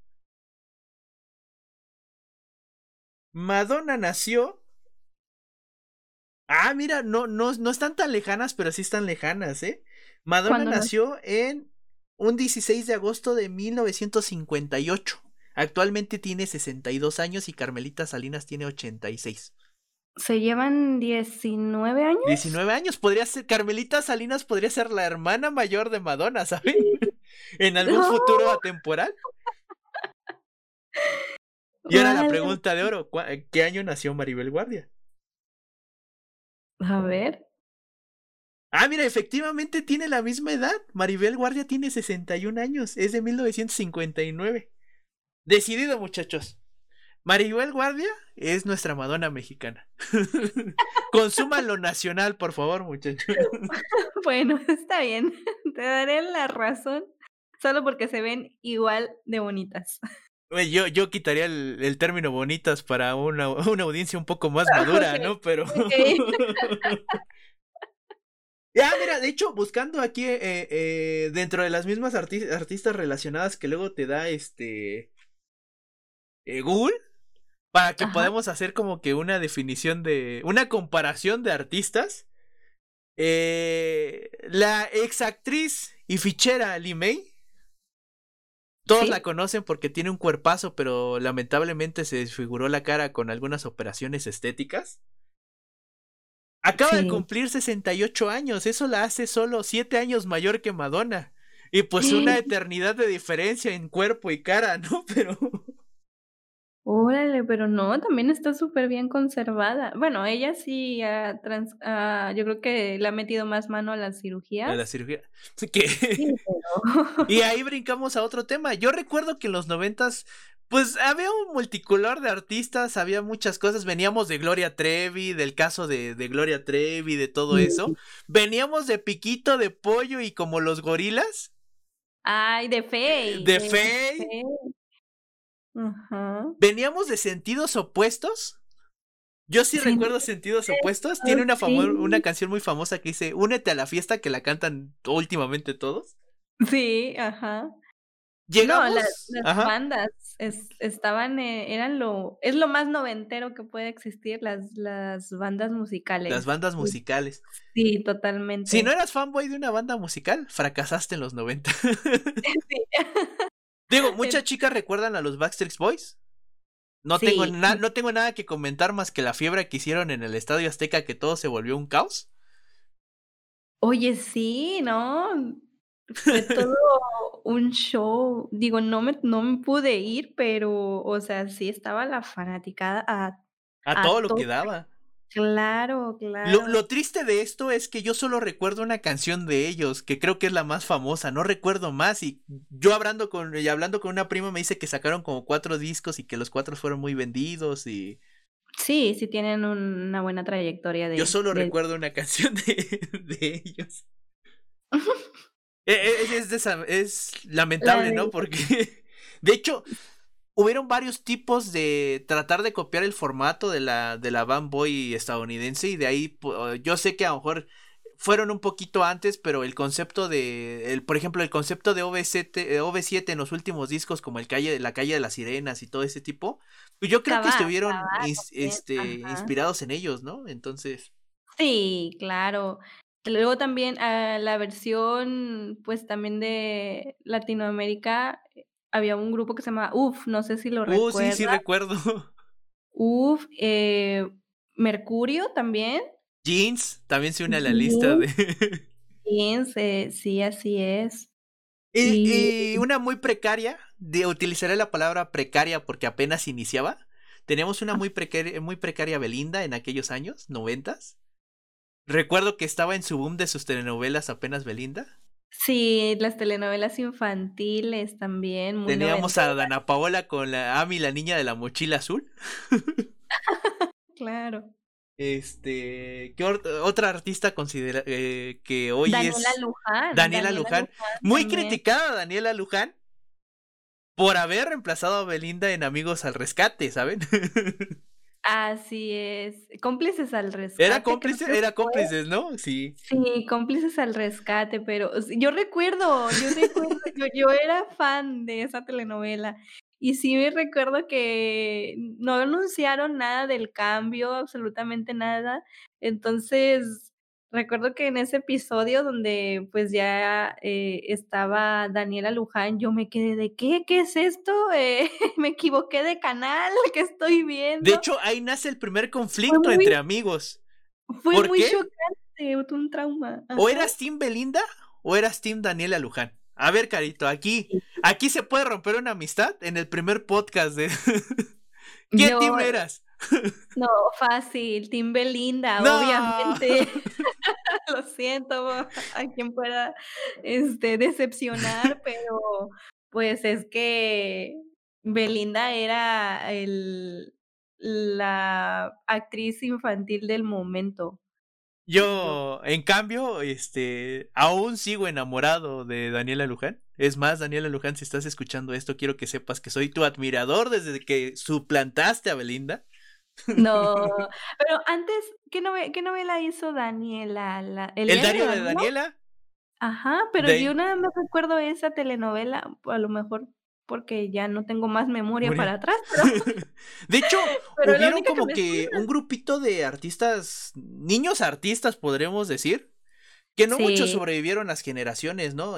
Madonna nació... Mira, no están tan lejanas, pero sí están lejanas, ¿eh? Madonna cuando nos nació en un 16 de agosto de 1958. Actualmente tiene 62 años y Carmelita Salinas tiene 86. ¿se llevan 19 años? 19 años, Carmelita Salinas podría ser la hermana mayor de Madonna, ¿saben? En algún No, futuro atemporal. Y ahora la vale. pregunta de oro, ¿qué año nació Maribel Guardia? A ver, Mira, efectivamente tiene la misma edad. Maribel Guardia tiene 61 años, es de 1959. Decidido, muchachos. Maribel Guardia es nuestra Madonna mexicana. Consuman lo nacional, por favor, muchachos. bueno, está bien, te daré la razón, solo porque se ven igual de bonitas. Güey, yo quitaría el término bonitas para una audiencia un poco más madura, Okey, ¿no? Pero... okey. Mira, de hecho, buscando aquí dentro de las mismas artistas relacionadas que luego te da Google, para que Ajá, podamos hacer como que una definición una comparación de artistas. La exactriz y fichera Lee May, todos la ¿sí? conocen porque tiene un cuerpazo, pero lamentablemente se desfiguró la cara con algunas operaciones estéticas. Acaba de Sí. cumplir 68 años, eso la hace solo 7 años mayor que Madonna. Y pues una eternidad de diferencia en cuerpo y cara, ¿no? Pero... Órale, pero no, también está súper bien conservada. Bueno, ella sí yo creo que le ha metido más mano a las A la cirugías. cirugía. Así Sí, que... Y pero ahí brincamos a otro tema. Yo recuerdo que en los 90s, pues había un multicolor de artistas, había muchas cosas. Veníamos de Gloria Trevi, del caso de Gloria Trevi, de todo eso. sí. Veníamos de Piquito, de Pollo y como los gorilas, Ay, de Fey, de de Fey. Fey. Ajá. Veníamos de Sentidos Opuestos. Yo sí Sí, recuerdo Sentidos Opuestos. Tiene una sí, canción muy famosa que dice Únete a la fiesta, que la cantan últimamente todos. sí, ajá. No, Llegamos, las ajá, bandas estaban, eran es lo más noventero que puede existir, las bandas las musicales. bandas musicales. Sí, Si no totalmente. eras fanboy de una banda musical, fracasaste en los 90. Sí. Digo, muchas chicas recuerdan a los Backstreet Boys. Sí. No tengo nada que comentar más que la fiebre que hicieron en el Estadio Azteca, que todo se volvió un caos. Oye, sí, ¿no? Fue todo un show. Digo, no me pude ir, pero, o sea, sí estaba la fanaticada A todo a lo que tope. daba. Claro, Lo, claro. lo triste de esto es que yo solo recuerdo una canción de ellos, que creo que es la más famosa, no recuerdo más. Y yo hablando con una prima me dice que sacaron como 4 discos y que los 4 fueron muy vendidos y Sí, sí tienen una buena trayectoria yo solo de recuerdo una canción de ellos. Es lamentable, la ¿no? de Porque, de hecho, hubieron varios tipos de tratar de copiar el formato de la Van Boy estadounidense, y de ahí yo sé que a lo mejor fueron un poquito antes, pero el concepto por ejemplo, el concepto de OV7 en los últimos discos, como la calle de las sirenas y todo ese tipo, pues yo creo que estuvieron también, ajá. inspirados en ellos, ¿no? Entonces, Sí, claro. Luego también, la versión, pues, también de Latinoamérica, había un grupo que se llamaba UF, no sé si lo sí, sí recuerdas. recuerdo. UF, Mercurio también. Jeans también se une a la lista Jeans, de Jeans, sí, así es. Y y una muy precaria, utilizaré la palabra precaria porque apenas iniciaba. Teníamos una muy precaria Belinda en aquellos años, 90s. Recuerdo que estaba en su boom de sus telenovelas apenas Belinda. sí, las telenovelas infantiles también, muy Teníamos a noventeras, Dana Paola con la Ami, la niña de la mochila azul. claro. Otra artista considera que hoy Daniela es Luján, Daniela Daniela Luján? Luján Muy también. criticada Daniela Luján por haber reemplazado a Belinda en Amigos al Rescate, ¿saben? Así es. Cómplices al rescate, creo que Era fue. cómplices, ¿no? Sí. Sí, Cómplices al rescate, pero yo recuerdo, yo era fan de esa telenovela, y sí me recuerdo que no anunciaron nada del cambio, absolutamente nada. Entonces, recuerdo que en ese episodio donde, pues, ya, estaba Daniela Luján, yo me quedé de: "¿Qué? ¿Qué es esto? ¿Me equivoqué de canal? ¿Qué estoy De viendo?". hecho, ahí nace el primer Fue conflicto muy entre amigos. fue ¿Por muy qué? chocante, un trauma. ¿O Ajá. eras Team Belinda o eras Team Daniela Luján? A ver, Carito, Sí. aquí se puede romper una amistad en el primer podcast de ¿Qué Yo team eras? no, fácil, team Belinda, No. obviamente. Lo siento a quien pueda, decepcionar, pero, pues, es que Belinda era la actriz infantil del momento, yo Yo, en cambio, aún sigo enamorado de Daniela Luján. Es más, Daniela Luján, si estás escuchando esto, quiero que sepas que soy tu admirador desde que suplantaste a Belinda. no, pero antes, ¿qué novela hizo Daniela? El El diario de diario de Daniela. Daniela, Ajá, pero yo de nada más recuerdo esa telenovela, a lo mejor porque ya no tengo más memoria Moria. para atrás, pero De hecho, pero es la hubieron única que como me que suena. un grupito de artistas, niños artistas, podremos decir, que no muchos Sí, sobrevivieron las generaciones, ¿no?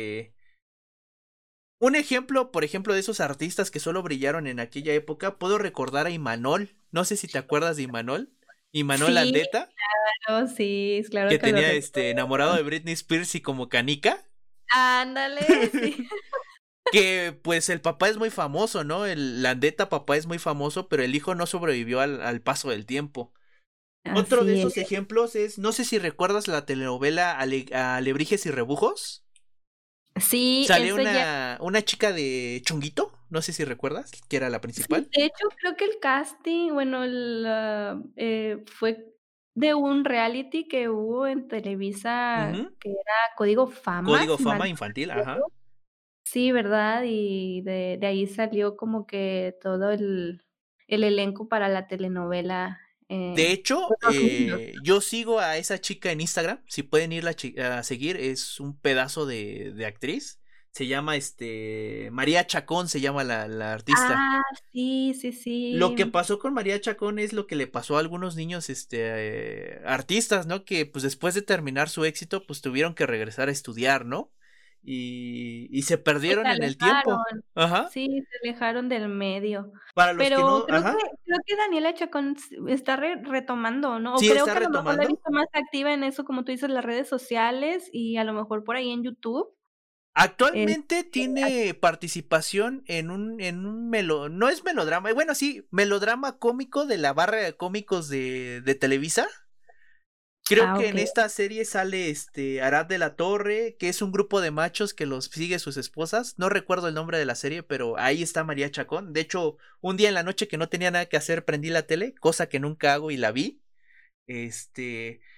Un ejemplo, por ejemplo, de esos artistas que solo brillaron en aquella época, puedo recordar a Imanol. No sé si te acuerdas de Imanol. Imanol sí, Andeta, claro, sí, claro que que lo tenía enamorado recuerdo. de Britney Spears y como canica. Ándale, sí. Que pues el papá es muy famoso, ¿no? El Landeta papá es muy famoso, pero el hijo no sobrevivió al paso del tiempo. Otro de Así es. esos ejemplos es, no sé si recuerdas la telenovela Alebrijes y Rebujos. Sí, Salió eso ya una chica de Chonguito, no sé si recuerdas, que era la sí, principal. de hecho, creo que el casting, bueno, fue de un reality que hubo en Televisa, Ujú. que era Código Fama, Código si mal Fama no infantil, ajá. recuerdo. Sí, ¿verdad? Y de ahí salió como que todo el elenco para la telenovela, De hecho, de los niños. yo sigo a esa chica en Instagram. Si pueden irla a seguir, es un pedazo de actriz. Se llama María Chacón, se llama la artista. Ah, sí, sí, Lo sí. que pasó con María Chacón es lo que le pasó a algunos niños, artistas, ¿no? Que pues después de terminar su éxito, pues tuvieron que regresar a estudiar, ¿no? Y se Sí, se perdieron en el tiempo. alejaron. Ajá. Sí, se alejaron del medio. Para los que Pero no, creo que ajá. creo que Daniela Chacón está retomando, ¿no? O Sí creo está que a lo mejor la he retomando. visto más activa en eso, como tú dices, las redes sociales y a lo mejor por ahí en YouTube. Este, Actualmente tiene participación en un no es melodrama, bueno, sí, melodrama cómico de la barra de cómicos de Televisa. Creo que en okey. esta serie sale Arad de la Torre, que es un grupo de machos que los sigue sus esposas. No recuerdo el nombre de la serie, pero ahí está María Chacón. De hecho, un día en la noche que no tenía nada que hacer, prendí la tele, cosa que nunca hago y la vi. Este,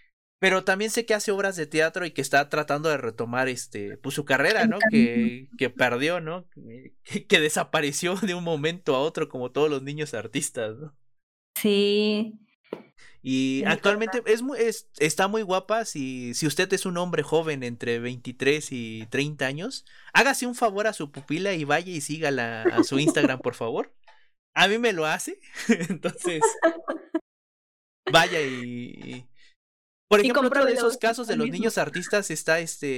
Pero también sé que hace obras de teatro y que está tratando de retomar pues su carrera, ¿no? Que perdió, ¿no? Que desapareció de un momento a otro, como todos los niños artistas, ¿no? Sí. Y actualmente está muy guapa. Si usted es un hombre joven entre 23 y 30 años, hágase un favor a su pupila y vaya y sígala a su Instagram, por favor. A mí me lo hace. Entonces, vaya y... Por ejemplo, otro de esos casos de los niños artistas está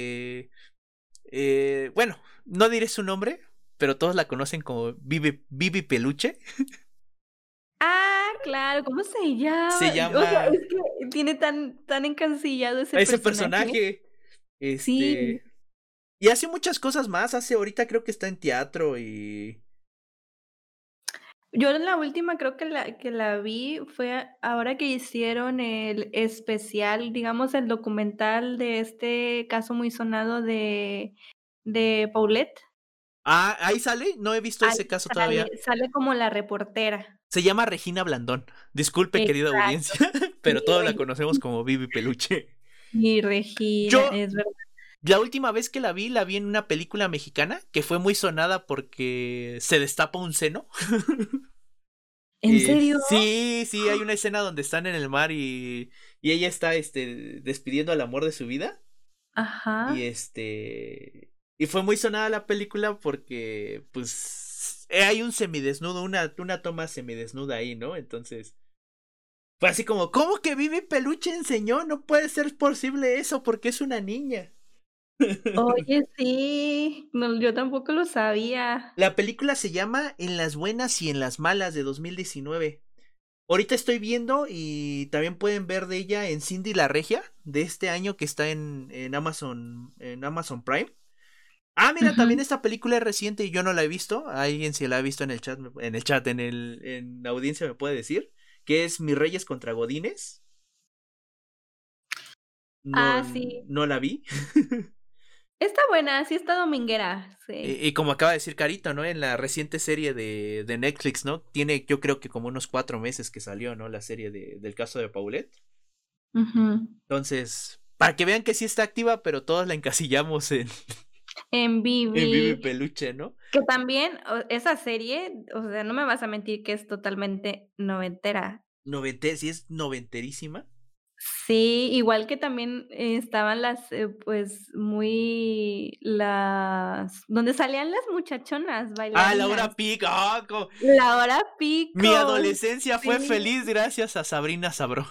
bueno, no diré su nombre, pero todos la conocen como Vivi Peluche. Ah, claro, ¿cómo se llama? Se llama... O sea, es que tiene tan encancillado ese personaje. Sí. Y hace muchas cosas más. Ahorita creo que está en teatro y... Yo la última creo que la vi fue ahora que hicieron el especial, digamos, el documental de este caso muy sonado de Paulette. Ah, ¿ahí sale? No he visto ese caso todavía. Sale como la reportera. Se llama Regina Blandón. Disculpe, querida audiencia, pero todos la conocemos como Vivi Peluche. Y Regina, es verdad. La última vez que la vi en una película mexicana que fue muy sonada porque se destapa un seno. ¿En serio? Sí, hay una escena donde están en el mar y ella está despidiendo al amor de su vida. Ajá. Y fue muy sonada la película porque pues hay un semidesnudo, una toma semidesnuda ahí, ¿no? Entonces fue así como, ¿cómo que Vivi Peluche enseñó? No puede ser posible eso porque es una niña. Oye, sí, no, yo tampoco lo sabía. La película se llama En las buenas y en las malas, de 2019. Ahorita estoy viendo y también pueden ver de ella en Cindy la Regia de este año que está en Amazon Prime. Ah, mira, también esta película es reciente y yo no la he visto. Alguien si la ha visto en el chat, en la audiencia me puede decir, que es Mis Reyes contra Godines. Sí. No la vi. Está buena, sí está dominguera, sí. Y como acaba de decir Carito, ¿no? En la reciente serie de Netflix, ¿no? Tiene, yo creo que como unos 4 meses que salió, ¿no? La serie del caso de Paulette. Entonces, para que vean que sí está activa, pero todos la encasillamos en Vivi Peluche, ¿no? Que también esa serie, o sea, no me vas a mentir que es totalmente noventera. Sí, es noventerísima. Sí, igual que también estaban pues donde salían las muchachonas bailando. Ah, Laura Pico. Laura Pico. Mi adolescencia fue feliz gracias a Sabrina Sabró.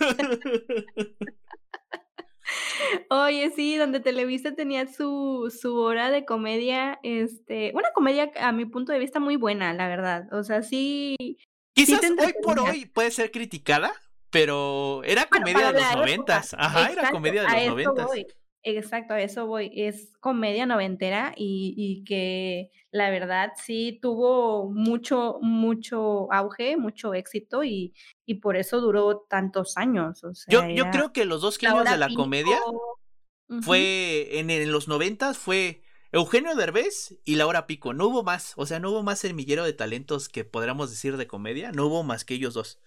Oye, sí, donde Televisa tenía su hora de comedia, una comedia a mi punto de vista muy buena, la verdad. O sea, sí. Quizás hoy por hoy puede ser criticada, pero era comedia de los 90s. Ajá, exacto, era comedia de los 90s. Exacto, a eso voy. Es comedia noventera y que la verdad sí tuvo mucho auge, mucho éxito y por eso duró tantos años. O sea, yo creo que los dos genios de la comedia fue en los 90s fue Eugenio Derbez y Laura Pico. No hubo más, o sea, no hubo más semillero de talentos que podríamos decir de comedia, no hubo más que ellos dos.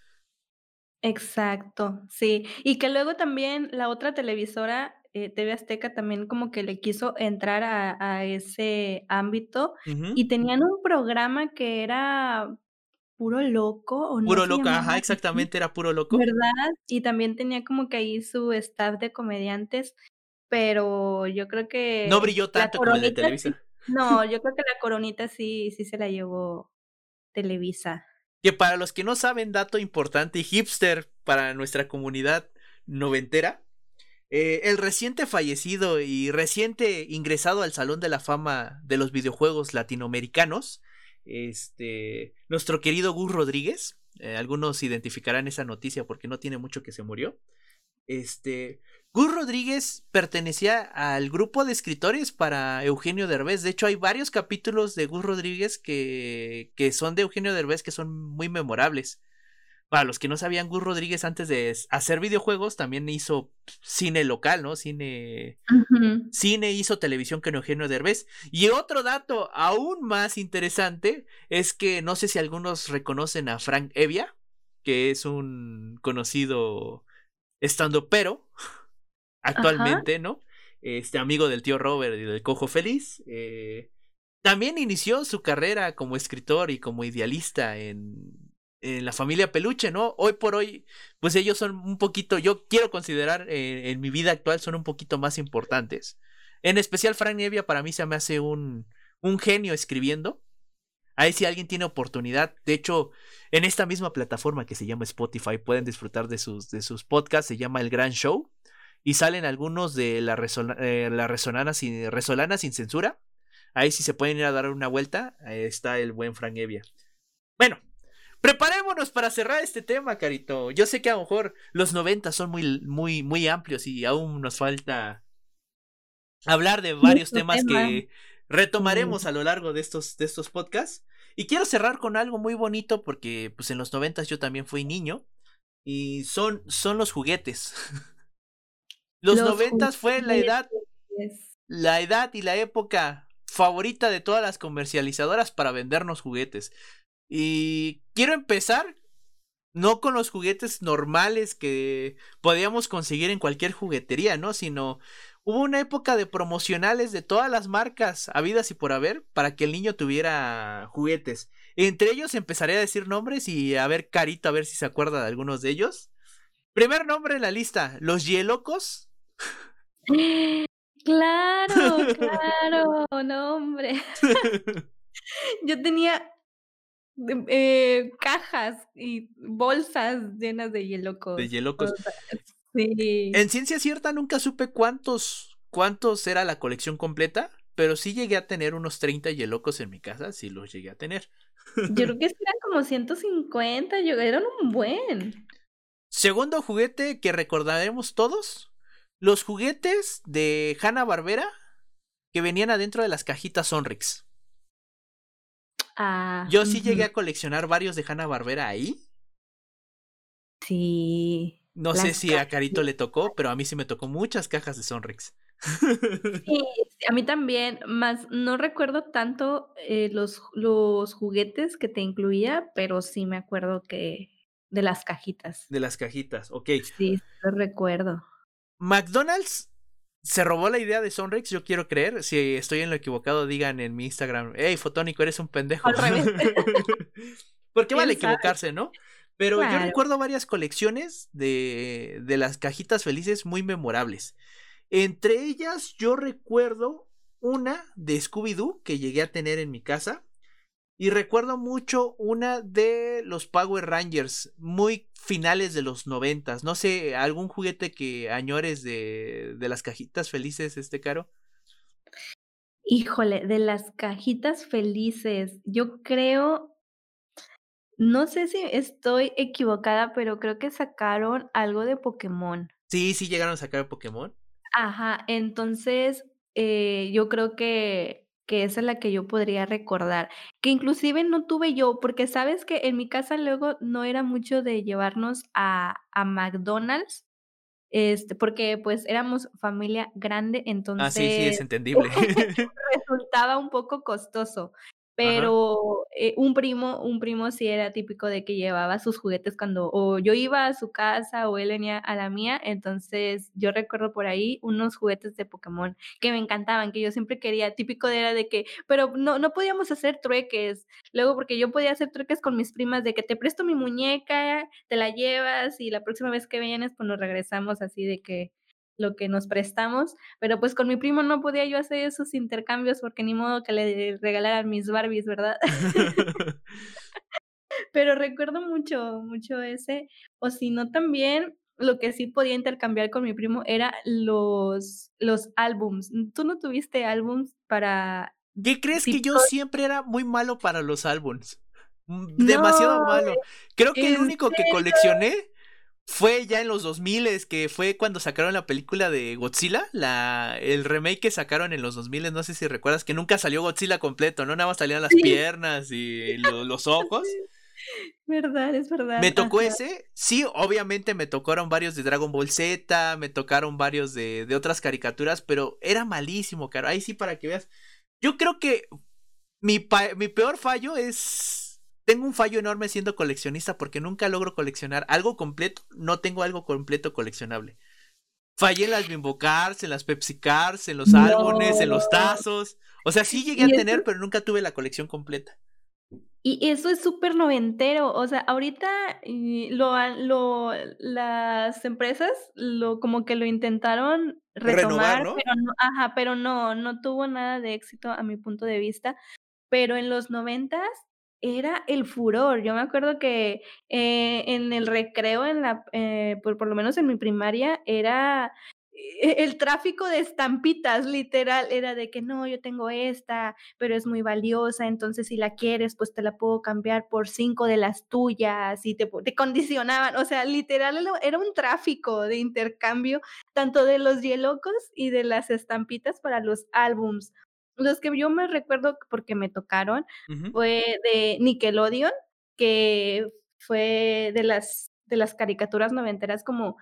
Exacto, sí. Y que luego también la otra televisora, TV Azteca, también como que le quiso entrar a ese ámbito y tenían un programa que era Puro Loco, ¿o no? Puro Loco, ajá, exactamente, era Puro Loco. ¿Verdad? Y también tenía como que ahí su staff de comediantes, pero yo creo que no brilló tanto como el de Televisa. No, yo creo que la coronita sí se la llevó Televisa. Que para los que no saben, dato importante y hipster para nuestra comunidad noventera, el reciente fallecido y reciente ingresado al Salón de la Fama de los videojuegos latinoamericanos, nuestro querido Gus Rodríguez, algunos identificarán esa noticia porque no tiene mucho que se murió. Gus Rodríguez pertenecía al grupo de escritores para Eugenio Derbez. De hecho, hay varios capítulos de Gus Rodríguez que son de Eugenio Derbez que son muy memorables. Para los que no sabían, Gus Rodríguez antes de hacer videojuegos también hizo cine local, ¿no? Cine hizo televisión con Eugenio Derbez. Y otro dato aún más interesante es que no sé si algunos reconocen a Frank Evia, que es un conocido estandopero. Ajá. actualmente, ¿no? Amigo del tío Robert y del Cojo Feliz. También inició su carrera como escritor y como idealista en la familia Peluche, ¿no? Hoy por hoy, pues ellos son un poquito, yo quiero considerar en mi vida actual son un poquito más importantes. En especial Frank Nevia para mí se me hace un genio escribiendo. Ahí si alguien tiene oportunidad, de hecho, en esta misma plataforma que se llama Spotify pueden disfrutar de sus podcasts, se llama El Gran Show, y salen algunos de la Resolana sin censura. Ahí si se pueden ir a dar una vuelta, ahí está el buen Frank Evia. Bueno, preparémonos para cerrar este tema, Carito. Yo sé que a lo mejor los 90 son muy, muy, muy amplios y aún nos falta hablar de varios Mucho temas tema. que Sí. retomaremos a lo largo de estos podcasts. Y quiero cerrar con algo muy bonito porque pues en los 90 yo también fui niño y son los juguetes. Los Los 90 fue juguetes. la edad y la época favorita de todas las comercializadoras para vendernos juguetes. Y quiero empezar no con los juguetes normales que podíamos conseguir en cualquier juguetería, ¿no? Sino hubo una época de promocionales de todas las marcas habidas y por haber para que el niño tuviera juguetes. Entre ellos empezaré a decir nombres y a ver Carito, a ver si se acuerda de algunos de ellos. Primer nombre en la lista, los Yelocos. Claro, claro, no, hombre. Yo tenía cajas y bolsas llenas de De hielocos. O Yelocos. sea, sí. En ciencia cierta nunca supe cuántos era la colección completa, pero sí llegué a tener unos 30 Yelocos en mi casa, sí los llegué a tener. Yo creo que sí eran como 150, eran un buen. Segundo juguete que recordaremos todos, los juguetes de Hanna-Barbera que venían adentro de las cajitas Sonrix. Ah, Yo sí llegué ujú. a coleccionar varios de Hanna-Barbera ahí. Sí, No sé las si a cajas. Carito le tocó, pero a mí sí me tocó muchas cajas de Sonrix. Sí, sí, a mí también, más no recuerdo tanto, los juguetes que te incluía, pero sí me acuerdo que de las cajitas. De las cajitas, ok. Sí, sí lo recuerdo. McDonald's se robó la idea de Sonrix, yo quiero creer. Si estoy en lo equivocado, digan en mi Instagram, hey, Fotónico, eres un pendejo. Al revés. Porque vale ¿Quién sabe? equivocarse, ¿no? Pero yo Claro. recuerdo varias colecciones de las cajitas felices muy memorables. Entre ellas, yo recuerdo una de Scooby-Doo que llegué a tener en mi casa. Y recuerdo mucho una de los Power Rangers, muy finales de los 90. No sé, algún juguete que añores de las cajitas felices, Caro. Híjole, de las cajitas felices, yo creo, no sé si estoy equivocada, pero creo que sacaron algo de Pokémon. Sí, sí llegaron a sacar Pokémon. Ajá, entonces, yo creo que esa es la que yo podría recordar, que inclusive no tuve yo, porque, ¿sabes que en mi casa luego no era mucho de llevarnos a McDonald's? Porque, pues, éramos familia grande, Ah, sí, sí, entonces es entendible. resultaba un poco costoso, Ajá. pero, un primo sí era típico de que llevaba sus juguetes cuando o yo iba a su casa o él venía a la mía, entonces yo recuerdo por ahí unos juguetes de Pokémon que me encantaban, que yo siempre quería, típico era de que pero no podíamos hacer trueques, luego porque yo podía hacer trueques con mis primas de que te presto mi muñeca, te la llevas y la próxima vez que vienes, pues nos regresamos así de que lo que nos prestamos, pero, pues, con mi primo no podía yo hacer esos intercambios porque ni modo que le regalaran mis Barbies, ¿verdad? Pero recuerdo mucho, mucho ese, o si no también lo que sí podía intercambiar con mi primo era los álbums. ¿Tú no tuviste álbums para ¿Qué crees que yo típicos? siempre era muy malo para los álbums? Demasiado No, malo. Creo que el ¿en único que serio? coleccioné fue ya en los 2000, que fue cuando sacaron la película de Godzilla, el remake que sacaron en los 2000, no sé si recuerdas que nunca salió Godzilla completo, ¿no? Nada más salían las Sí, piernas y los ojos. verdad, es Me verdad, tocó ajá. ese, sí, obviamente me tocaron varios de Dragon Ball Z, me tocaron varios de otras caricaturas, pero era malísimo, caro. Ahí sí, para que veas. Yo creo que mi peor fallo es. Tengo un fallo enorme siendo coleccionista porque nunca logro coleccionar algo completo. No tengo algo completo coleccionable. Fallé en las Bimbo Cars, en las Pepsi Cars, en los álbumes, en los No. tazos. O sea, sí llegué a Y eso tener, pero nunca tuve la colección completa. y eso es súper noventero, o sea, ahorita, lo han lo las empresas lo como que lo intentaron Renovar, retomar, ¿no? pero no ajá, pero no tuvo nada de éxito a mi punto de vista. Pero en los noventas era el furor. Yo me acuerdo que, en el recreo, en la por lo menos en mi primaria, era el tráfico de estampitas, literal, era de que: "No, yo tengo esta, pero es muy valiosa, entonces si la quieres, pues te la puedo cambiar por 5 de las tuyas", y te condicionaban, o sea, literal era un tráfico de intercambio, tanto de los hielocos y de las estampitas para los álbums. Los que yo me recuerdo porque me tocaron Ujú. fue de Nickelodeon, que fue de las caricaturas noventeras como,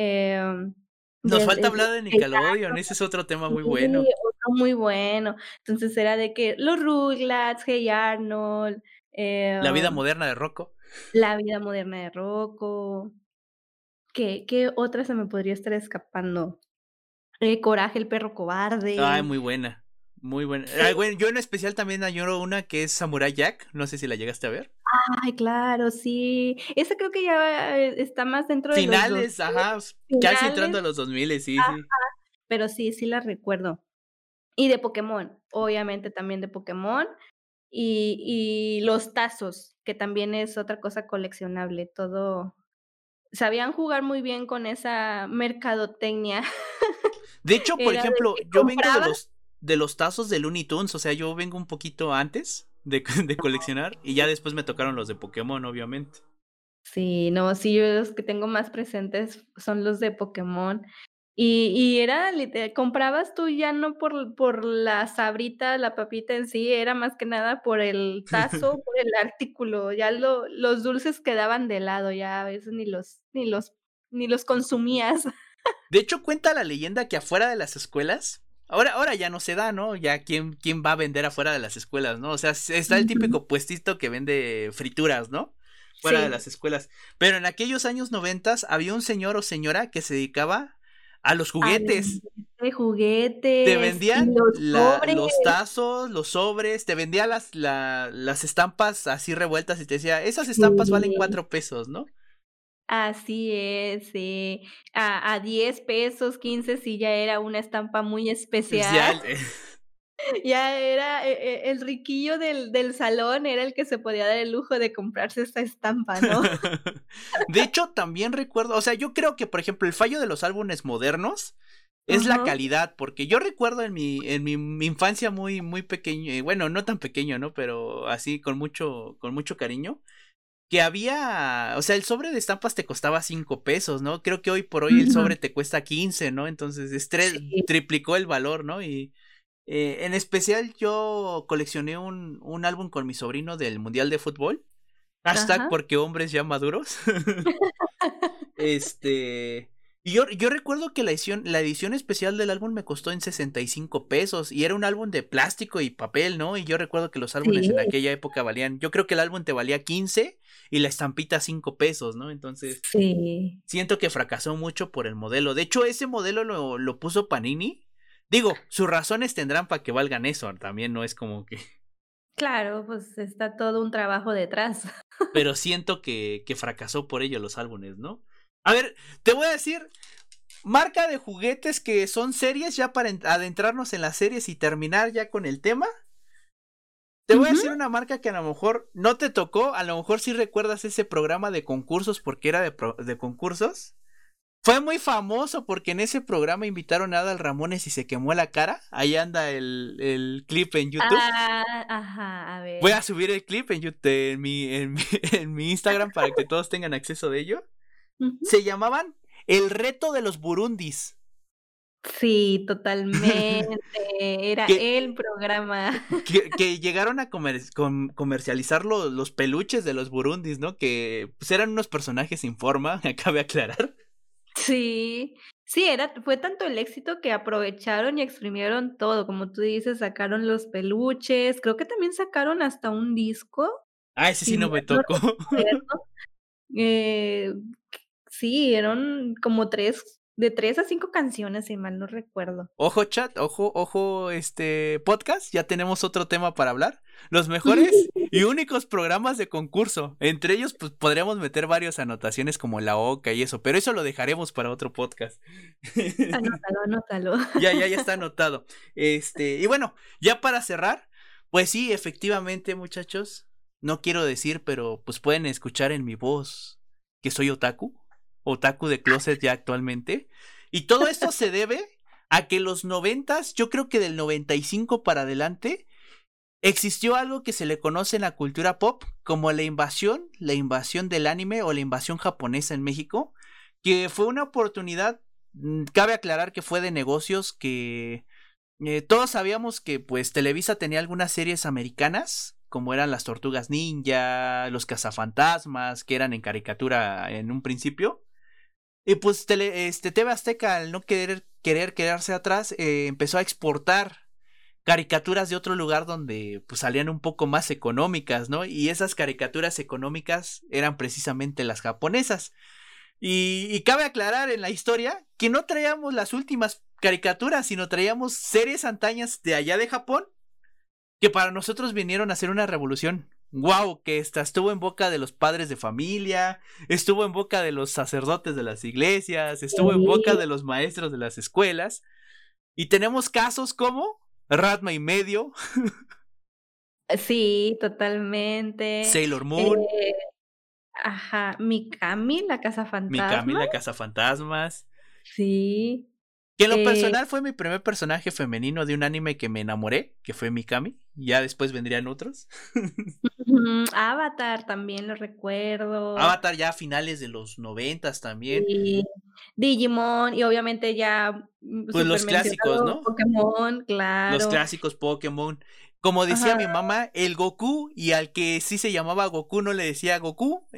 Nos del falta el hablar de Hey Nickelodeon, ese es otro tema muy Arnold, bueno. sí, otro muy bueno. Entonces era de que los Rugrats, Hey Arnold, La vida moderna de Rocco. La vida moderna de Rocco. ¿Qué otra se me podría estar escapando? Coraje, el perro Ay, cobarde. muy buena. Muy buena. Sí. Ay, bueno, yo en especial también añoro una que es Samurai Jack. No sé si la llegaste a ver. Ay, claro, sí. Esa creo que ya, está más dentro de los 2000 Finales, ajá. Casi finales, entrando a los 2000, sí, ah, sí. pero sí, sí la recuerdo. Y de Pokémon, obviamente también de Pokémon, y los tazos, que también es otra cosa coleccionable, todo sabían jugar muy bien con esa mercadotecnia. De hecho, por Era de ejemplo, que yo vengo comprabas de los tazos de Looney Tunes, o sea, yo vengo un poquito antes de, de coleccionar y ya después me tocaron los de Pokémon, obviamente. sí, no, sí, yo los que tengo más presentes son los de Pokémon. Y era literal, comprabas tú ya no por la sabrita, la papita en sí, era más que nada por el tazo, por el artículo, ya los dulces quedaban de lado, ya a veces ni los consumías. De hecho, cuenta la leyenda que afuera de las escuelas, ahora ya no se da, ¿no? Ya quién va a vender afuera de las escuelas, ¿no? O sea, está el Ujú. típico puestito que vende frituras, ¿no? Fuera de Sí. las escuelas. Pero en aquellos años 90 había un señor o señora que se dedicaba a los A juguetes. vender Te juguetes y vendían los sobres. los tazos, los sobres, te vendía las estampas así revueltas y te decía, esas estampas valen Sí. 4 pesos, ¿no? Así es, sí. A 10 pesos, 15 sí ya era una estampa muy especial. Especial. Ya era el riquillo del salón, era el que se podía dar el lujo de comprarse esta estampa, ¿no? De hecho, también recuerdo, o sea, yo creo que, por ejemplo, el fallo de los álbumes modernos es la Ajá. calidad, porque yo recuerdo mi infancia muy pequeño, y bueno, no tan pequeño, ¿no? Pero así con mucho cariño, que había, o sea, el sobre de estampas te costaba 5 pesos, ¿no? Creo que hoy por hoy el Ujú. sobre te cuesta 15, ¿no? Entonces, Sí. triplicó el valor, ¿no? Y en especial yo coleccioné un álbum con mi sobrino del Mundial de Fútbol. Hashtag Ajá. porque hombres ya maduros. Este. Y yo recuerdo que la edición especial del álbum me costó en 65 pesos. Y era un álbum de plástico y papel, ¿no? Y yo recuerdo que los álbumes Sí, en aquella época valían. Yo creo que el álbum te valía 15 y la estampita 5 pesos, ¿no? Entonces, sí. siento que fracasó mucho por el modelo. De hecho, ese modelo lo puso Panini. Digo, sus razones tendrán para que valgan eso. También no es como que. Claro, pues está todo un trabajo detrás. Pero siento que fracasó por ello los álbumes, ¿no? A ver, te voy a decir, marca de juguetes que son series, ya para adentrarnos en las series y terminar ya con el tema. Te voy a Ujú. decir una marca que a lo mejor no te tocó, a lo mejor sí recuerdas ese programa de concursos porque era de concursos. Fue muy famoso porque en ese programa invitaron a Adal Ramones y se quemó la cara. Ahí anda el clip en YouTube. Ah, ajá, a Voy ver. a subir el clip en YouTube, en mi Instagram para que todos tengan acceso de ello. Ujú. Se llamaban El Reto de los Burundis. Sí, totalmente, era que, el programa. que llegaron a comercializar los peluches de los burundis, ¿no? Que pues eran unos personajes sin forma, me cabe aclarar. Sí, sí, fue tanto el éxito que aprovecharon y exprimieron todo, como tú dices, sacaron los peluches, creo que también sacaron hasta un disco, Ah, ese si sí no mal me no tocó. recuerdo. Eh, sí, eran como 3. de 3 a 5 canciones, si mal no recuerdo. Ojo chat, ojo, podcast, ya tenemos otro tema para hablar. Los mejores y únicos programas de concurso. Entre ellos, pues podríamos meter varias anotaciones como la OCA y eso, pero eso lo dejaremos para otro podcast. Anótalo. Ya está anotado. Y bueno, ya para cerrar, pues sí, efectivamente, muchachos, no quiero decir, pero pues pueden escuchar en mi voz que soy otaku de closet ya actualmente. Y todo esto se debe a que los 90s, yo creo que del 95 para adelante, existió algo que se le conoce en la cultura pop como la invasión del anime o la invasión japonesa en México, que fue una oportunidad, cabe aclarar que fue de negocios que todos sabíamos que pues Televisa tenía algunas series americanas, como eran las Tortugas Ninja, los Cazafantasmas, que eran en caricatura en un principio. Y pues TV Azteca, al no quedarse atrás, empezó a exportar caricaturas de otro lugar donde pues salían un poco más económicas, ¿no? Y esas caricaturas económicas eran precisamente las japonesas. Y cabe aclarar en la historia que no traíamos las últimas caricaturas, sino traíamos series antañas de allá de Japón, que para nosotros vinieron a hacer una revolución. Wow, que esta estuvo en boca de los padres de familia, estuvo en boca de los sacerdotes de las iglesias, estuvo en boca de los maestros de las escuelas. Y tenemos casos como Ratma y Medio. Sí, totalmente. Sailor Moon. Ajá, Mikami, la Cazafantasmas. Sí. Que en lo personal fue mi primer personaje femenino de un anime que me enamoré, que fue Mikami. Ya después vendrían otros. Avatar también lo recuerdo. Avatar ya a finales de los 90s también. Sí. Digimon y obviamente ya pues los clásicos, ¿no? Pokémon, claro. Los clásicos Pokémon. Como decía mi mamá, el Goku, y al que sí se llamaba Goku no le decía Goku,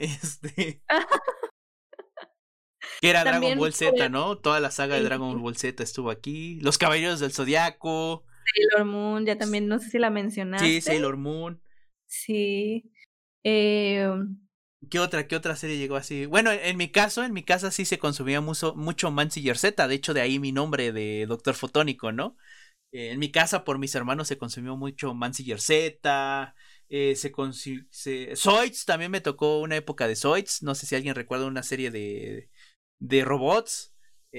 que era también Dragon Ball Z, ¿no? Toda la saga de Dragon Ball Z estuvo aquí. Los Caballeros del Zodiaco. Sailor Moon, ya también, no sé si la mencionaste. Sí, Sailor Moon. Sí. ¿Qué otra serie llegó así? Bueno, en mi casa sí se consumía mucho Mazinger Z, de hecho de ahí mi nombre de Doctor Fotónico, ¿no? En mi casa por mis hermanos se consumió mucho Mazinger Z, Zoids, también me tocó una época de Zoids, no sé si alguien recuerda una serie de robots.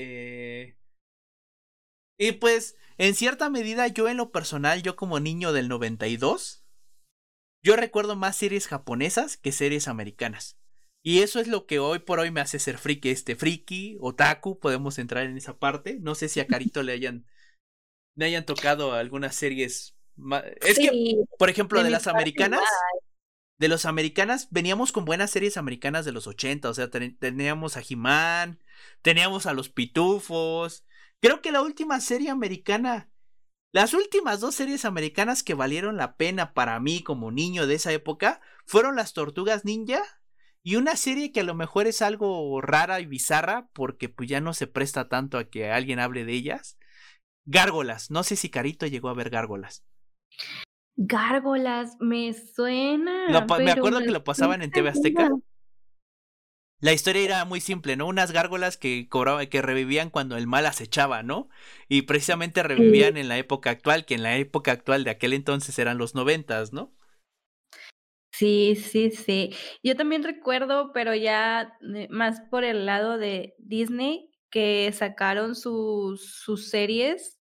Y pues, en cierta medida, yo en lo personal, yo como niño del 92, yo recuerdo más series japonesas que series americanas. Y eso es lo que hoy por hoy me hace ser friki, otaku, podemos entrar en esa parte. No sé si a Carito le hayan tocado algunas series. Es sí, que, por ejemplo, de las americanas, de los americanas, veníamos con buenas series americanas de los 80, o sea, teníamos a He-Man, teníamos a los Pitufos. Creo que la última serie americana, las últimas 2 series americanas que valieron la pena para mí como niño de esa época, fueron las Tortugas Ninja y una serie que a lo mejor es algo rara y bizarra, porque pues ya no se presta tanto a que alguien hable de ellas. Gárgolas, no sé si Carito llegó a ver Gárgolas. Gárgolas, me suena. Me acuerdo que lo pasaban en TV Azteca. La historia era muy simple, ¿no? Unas gárgolas que revivían cuando el mal acechaba, ¿no? Y precisamente revivían en la época actual, que en la época actual de aquel entonces eran los 90s, ¿no? Sí. Yo también recuerdo, pero ya más por el lado de Disney, que sacaron sus series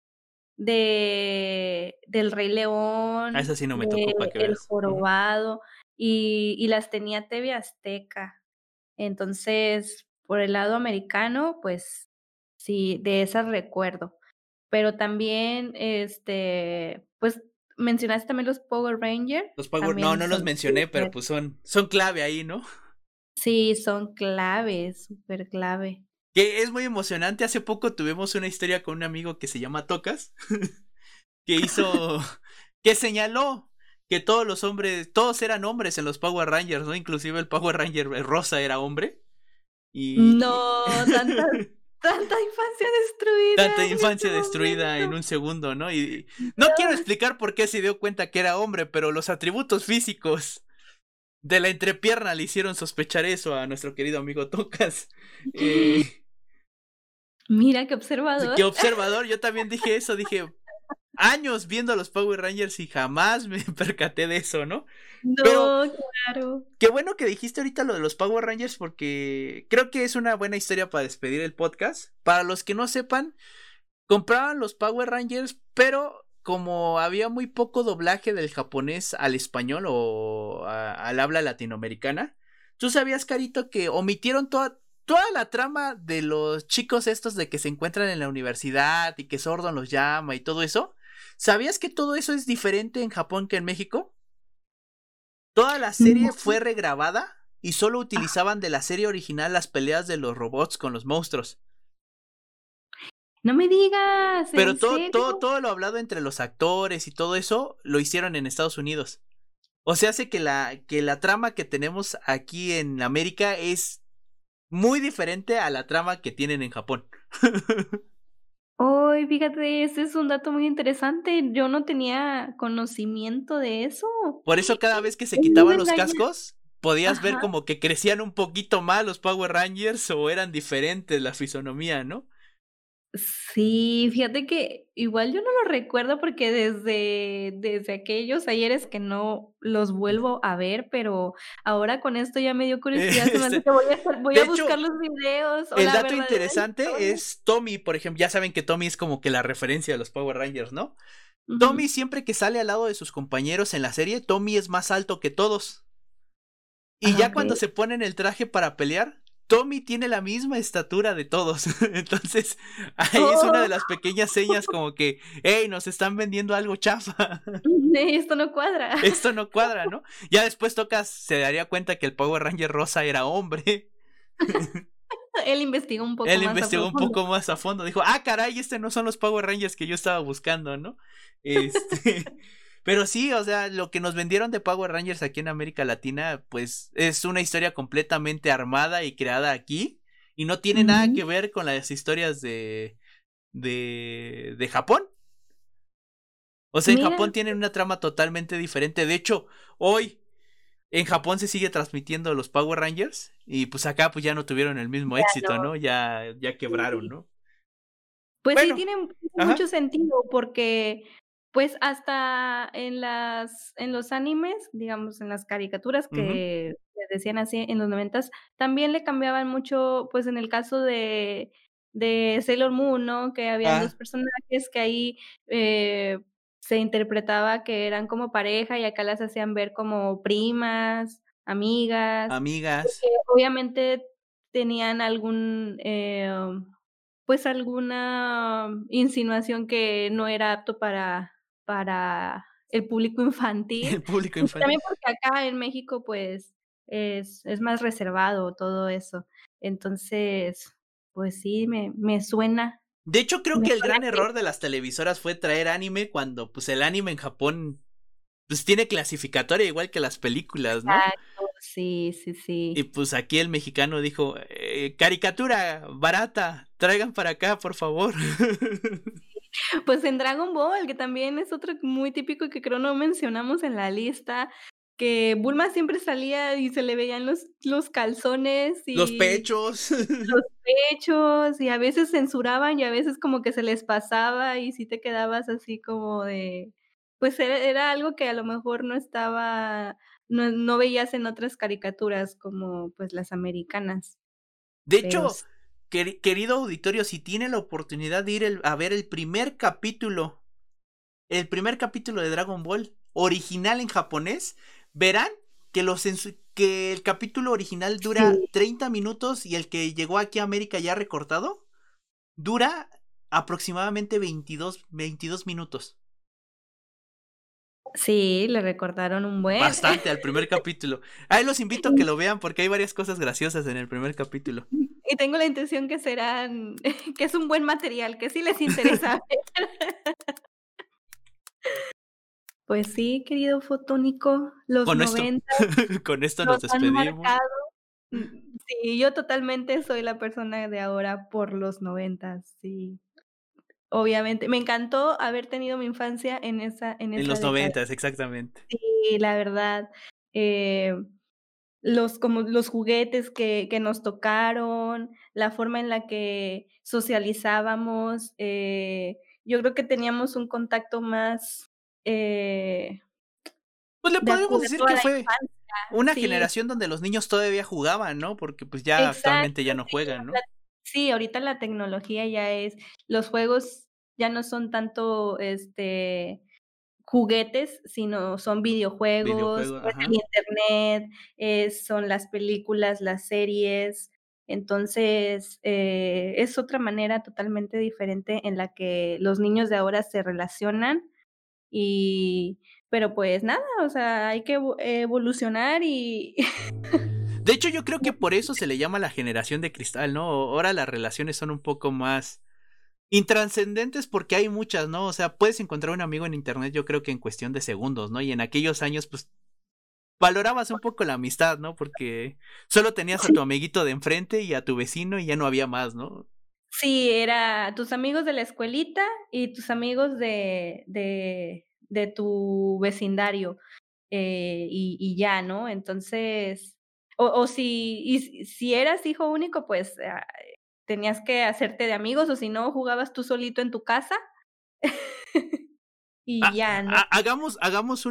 del Rey León, esa sí no me tocó, para que veas. El Jorobado, y las tenía TV Azteca. Entonces, por el lado americano, pues sí, de esas recuerdo. Pero también, pues mencionaste también los Power Rangers. Los no los mencioné, pero pues son clave ahí, ¿no? Sí, son claves, súper clave. Que es muy emocionante. Hace poco tuvimos una historia con un amigo que se llama Tocas, que señaló que todos eran hombres en los Power Rangers, ¿no? Inclusive el Power Ranger rosa era hombre. No, tanta infancia destruida. Tanta infancia destruida en un segundo, ¿no? Y no quiero explicar por qué se dio cuenta que era hombre, pero los atributos físicos de la entrepierna le hicieron sospechar eso a nuestro querido amigo Tocas. Mira, qué Sí, qué observador. observador, yo también dije eso, dije, años viendo a los Power Rangers y jamás me percaté de eso, ¿no? Pero No, claro. qué bueno que dijiste ahorita lo de los Power Rangers porque creo que es una buena historia para despedir el podcast. Para los que no sepan, compraban los Power Rangers, pero como había muy poco doblaje del japonés al español o al habla latinoamericana, ¿tú sabías, Carito, que omitieron toda la trama de los chicos estos de que se encuentran en la universidad y que Sordon los llama y todo eso? ¿Sabías que todo eso es diferente en Japón que en México? Toda la serie No, fue regrabada y solo utilizaban de la serie original las peleas de los robots con los monstruos. no me digas, Pero ¿en serio? todo lo hablado entre los actores y todo eso lo hicieron en Estados Unidos. O sea, hace que la trama que tenemos aquí en América es muy diferente a la trama que tienen en Japón. Ay, fíjate, ese es un dato muy interesante. Yo no tenía conocimiento de eso. Por eso cada vez que se Un quitaban los detalle. cascos, podías ver Ajá. como que crecían un poquito más los Power Rangers o eran diferentes la fisonomía, ¿no? Sí, fíjate que igual yo no lo recuerdo porque desde aquellos ayeres que no los vuelvo a ver, pero ahora con esto ya me dio curiosidad, se me hace Este, que voy de a buscar hecho, los videos o el la dato verdadera interesante historia. es Tommy, por ejemplo. Ya saben que Tommy es como que la referencia de los Power Rangers, ¿no? Ujú. Tommy siempre que sale al lado de sus compañeros en la serie, Tommy es más alto que todos. Y Ah, ya cuando okey. se ponen el traje para pelear, Tommy tiene la misma estatura de todos. Entonces, ahí es una Oh, de las pequeñas señas como que, hey, nos están vendiendo algo chafa. esto no cuadra. Esto no cuadra, ¿no? Ya después Tocas se daría cuenta que el Power Ranger rosa era hombre. Él investigó un poco Él más a investigó un profundo. poco más a fondo. Dijo, ah, caray, este no son los Power Rangers que yo estaba buscando, ¿no? Este. Pero sí, o sea, lo que nos vendieron de Power Rangers aquí en América Latina, pues es una historia completamente armada y creada aquí. Y no tiene nada Ujú. que ver con las historias de Japón. O sea, en Mira, Japón tienen una trama totalmente diferente. De hecho, hoy en Japón se sigue transmitiendo los Power Rangers. Y pues acá pues ya no tuvieron el mismo ya éxito, no, ¿no? Ya quebraron, sí. ¿no? Pues sí, Bueno, tiene ajá. mucho sentido porque, pues, hasta en los animes, digamos, en las caricaturas Ujú. que les decían así en los noventas, también le cambiaban mucho, pues, en el caso de Sailor Moon, ¿no? Que habían 2 Ah, personajes que ahí, eh, se interpretaba que eran como pareja y acá las hacían ver como primas, amigas, amigas. porque obviamente tenían algún, pues, alguna insinuación que no era apto para el público infantil, El público y infantil. también porque acá en México, pues, es más reservado todo eso. Entonces, pues sí, me suena De hecho, creo me que el suena gran que error de las televisoras fue traer anime cuando pues el anime en Japón pues tiene clasificatoria igual que las películas, ¿no? exacto, sí, sí, Y sí. pues aquí el mexicano dijo, caricatura barata, traigan para acá, por favor. Pues en Dragon Ball, que también es otro muy típico y que creo no mencionamos en la lista, que Bulma siempre salía y se le veían los calzones Los y pechos. los pechos, y a veces censuraban, y a veces como que se les pasaba, y sí te quedabas así como de pues era algo que a lo mejor no estaba no veías en otras caricaturas como, pues, las americanas, De pero hecho, querido auditorio, si tiene la oportunidad de ir a ver el primer capítulo de Dragon Ball original en japonés, verán que que el capítulo original dura sí. 30 minutos y el que llegó aquí a América ya recortado dura aproximadamente 22 minutos. Sí, le recortaron un buen. Bastante al primer capítulo. Ahí los invito a que lo vean porque hay varias cosas graciosas en el primer capítulo. Y tengo la intención que serán que es un buen material, que sí les interesa. Pues sí, querido fotónico, los Con esto, 90 con esto nos nos han despedimos. marcado. Sí, yo totalmente soy la persona de ahora por los 90, sí. Obviamente, me encantó haber tenido mi infancia en En esa los década. noventas, exactamente. Sí, la verdad, eh como los juguetes que nos tocaron, la forma en la que socializábamos, yo creo que teníamos un contacto más, Pues le de podemos decir acuerdo a que la fue infancia. una Sí, generación donde los niños todavía jugaban, ¿no? Porque pues ya actualmente exacto, ya no sí, juegan, la ¿no? sí, ahorita la tecnología ya es los juegos ya no son tanto, juguetes, sino son videojuegos, Videojuegos, es el ajá. Internet, son las películas, las series. Entonces, es otra manera totalmente diferente en la que los niños de ahora se relacionan y pero, pues, nada, o sea, hay que evolucionar y De hecho, yo creo que por eso se le llama la generación de cristal, ¿no? Ahora las relaciones son un poco más intranscendentes porque hay muchas, ¿no? O sea, puedes encontrar un amigo en internet, yo creo que en cuestión de segundos, ¿no? Y en aquellos años, pues, valorabas un poco la amistad, ¿no? Porque solo tenías a sí. tu amiguito de enfrente y a tu vecino y ya no había más, ¿no? Sí, era tus amigos de la escuelita y tus amigos de tu vecindario, y ya, ¿no? Entonces, o si eras hijo único, pues, tenías que hacerte de amigos, o si no, jugabas tú solito en tu casa y Ah, ya, ¿no? hagamos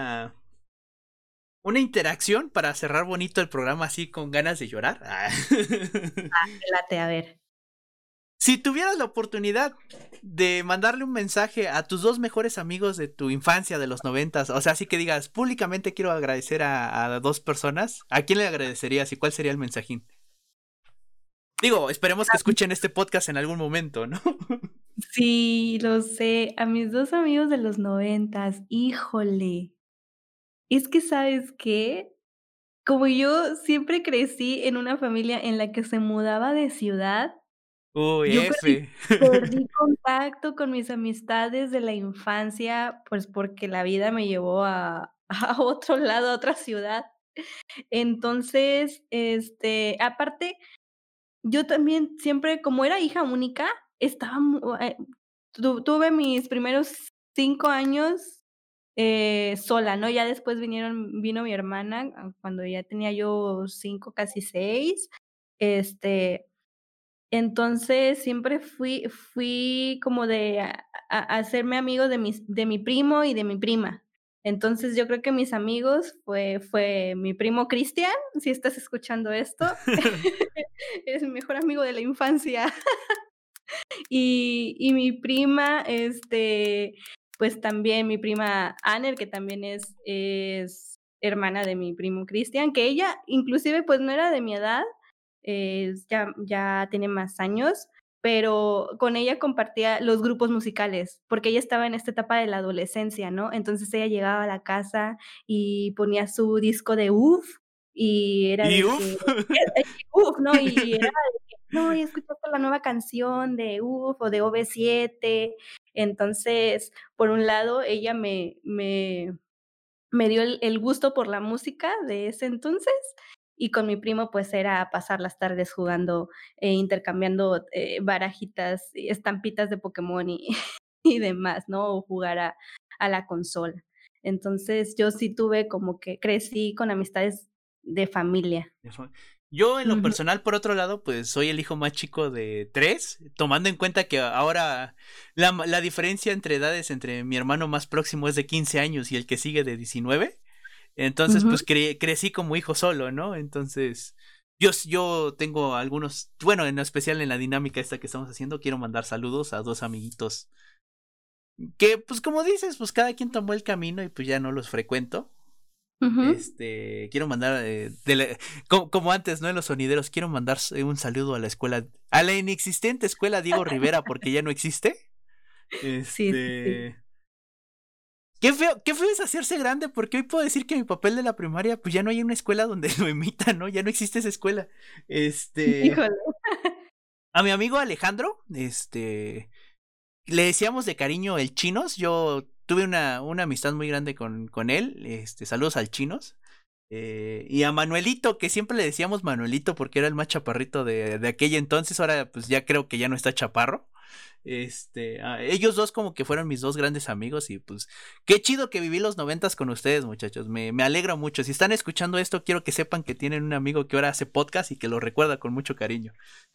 una interacción para cerrar bonito el programa así con ganas de llorar. Ah. Me late, a ver. Si tuvieras la oportunidad de mandarle un mensaje a tus dos mejores amigos de tu infancia de los 90, o sea, así que digas, públicamente quiero agradecer a dos personas, ¿a quién le agradecerías y cuál sería el mensajín? Digo, esperemos que escuchen este podcast en algún momento, ¿no? Sí, lo sé, a mis 2 amigos de los 90, híjole, es que, ¿sabes qué? Como yo siempre crecí en una familia en la que se mudaba de ciudad, Uy, yo F. perdí contacto con mis amistades de la infancia, pues, porque la vida me llevó a a otro lado, a otra ciudad. Entonces, aparte, yo también siempre, como era hija única, estaba tuve mis primeros 5 años, sola, ¿no? Ya después vino mi hermana, cuando ya tenía yo 5 casi 6, este, entonces siempre fui como de hacerme amigo de mi primo y de mi prima. Entonces, yo creo que mis amigos fue mi primo Cristian, si estás escuchando esto, eres mi mejor amigo de la infancia. Y mi prima, pues también mi prima Aner, que también es hermana de mi primo Cristian, que ella inclusive, pues, no era de mi edad, ya tiene más años, pero con ella compartía los grupos musicales, porque ella estaba en esta etapa de la adolescencia, ¿no? Entonces, ella llegaba a la casa y ponía su disco de UF, y era Y de que uff. UF, ¿no? Y era no, ¿y escuchaste la nueva canción de UF o de OV7? Entonces, por un lado, ella me dio el gusto por la música de ese entonces, y con mi primo, pues, era pasar las tardes jugando, intercambiando, barajitas, y estampitas de Pokémon y y demás, ¿no? O jugar a la consola. Entonces, yo sí tuve como que crecí con amistades de familia. Yo, en lo Ujú, personal, por otro lado, pues soy el hijo más chico de tres, tomando en cuenta que ahora la diferencia entre edades entre mi hermano más próximo es de 15 años y el que sigue de 19. Entonces, ujú. pues crecí como hijo solo, ¿no? Entonces, yo tengo algunos, bueno, en especial en la dinámica esta que estamos haciendo, quiero mandar saludos a dos amiguitos que, pues como dices, pues cada quien tomó el camino y pues ya no los frecuento. Ujú. Quiero mandar, como antes, ¿no? En los sonideros, quiero mandar un saludo a la escuela, a la inexistente escuela Diego Rivera, porque ya no existe. Sí, sí, sí. Este, qué feo es hacerse grande, porque hoy puedo decir que mi papel de la primaria, pues ya no hay una escuela donde lo emitan, ¿no? Ya no existe esa escuela. Híjole. A mi amigo Alejandro, le decíamos de cariño el Chinos. Yo tuve una amistad muy grande con él. Saludos al Chinos. Y a Manuelito, que siempre le decíamos Manuelito porque era el más chaparrito de aquella entonces. Ahora, pues ya creo que ya no está chaparro. Ellos dos como que fueron mis dos grandes amigos y pues qué chido que viví los 90s con ustedes, muchachos. Me alegra mucho. Si están escuchando esto, quiero que sepan que tienen un amigo que ahora hace podcast y que lo recuerda con mucho cariño.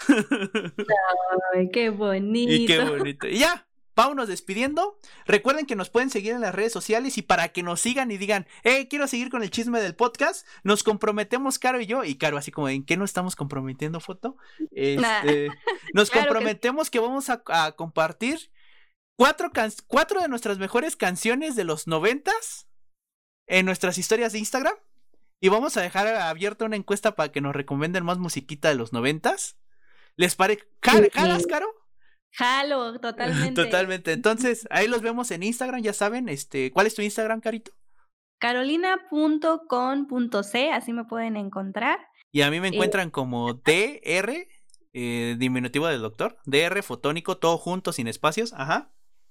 Ay, qué Y qué bonito. bonito. Y ya, vámonos despidiendo. Recuerden que nos pueden seguir en las redes sociales y para que nos sigan y digan, quiero seguir con el chisme del podcast, nos comprometemos, Caro y yo. Y Caro, así como, ¿en qué nos estamos comprometiendo, Foto? Nah, Nos claro que sí. comprometemos que vamos a compartir cuatro de nuestras mejores canciones de los 90s en nuestras historias de Instagram. Y vamos a dejar abierta una encuesta para que nos recomienden más musiquita de los 90s. ¿Les parece? ¿Jalas, Caro? Jalo, totalmente. Totalmente. Entonces, ahí los vemos en Instagram, ya saben. ¿Cuál es tu Instagram, Carito? Carolina.con.c, así me pueden encontrar. Y a mí me encuentran como DR, diminutivo del doctor, DR fotónico, todo junto, sin espacios. Ajá.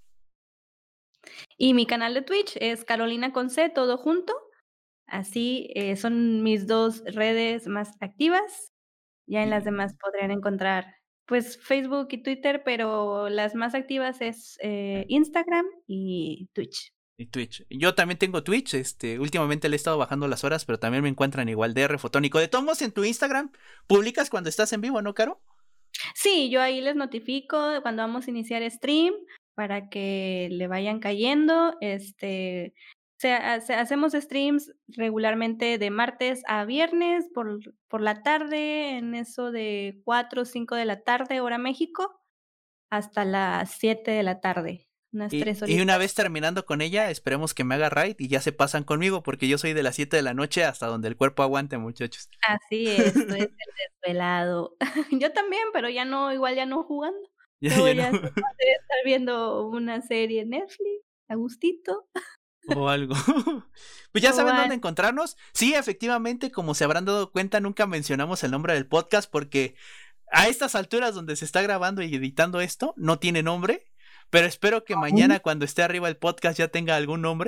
Y mi canal de Twitch es Carolina con C, todo junto. Así son mis dos redes más activas. Ya en las demás podrían encontrar pues Facebook y Twitter, pero las más activas es Instagram y Twitch. Y Twitch. Yo también tengo Twitch, últimamente le he estado bajando las horas, pero también me encuentran igual DR fotónico. De todos modos, en tu Instagram, ¿publicas cuando estás en vivo, no, Caro? Sí, yo ahí les notifico cuando vamos a iniciar stream para que le vayan cayendo. Hacemos streams regularmente de martes a viernes por la tarde, en eso de 4 o 5 de la tarde, hora México, hasta las 7 de la tarde. Unas 3 Y horitas. una vez terminando con ella, esperemos que me haga raid y ya se pasan conmigo, porque yo soy de las 7 de la noche hasta donde el cuerpo aguante, muchachos. Así es, tú eres el desvelado. Yo también, pero ya no, igual ya no jugando. Ya, Luego ya ya no. estar viendo una serie en Netflix, a gustito. O algo. Pues ya O saben dónde algo. encontrarnos. Sí, efectivamente, como se habrán dado cuenta, nunca mencionamos el nombre del podcast porque a estas alturas donde se está grabando y editando esto, no tiene nombre. Pero espero que mañana, cuando esté arriba el podcast, ya tenga algún nombre.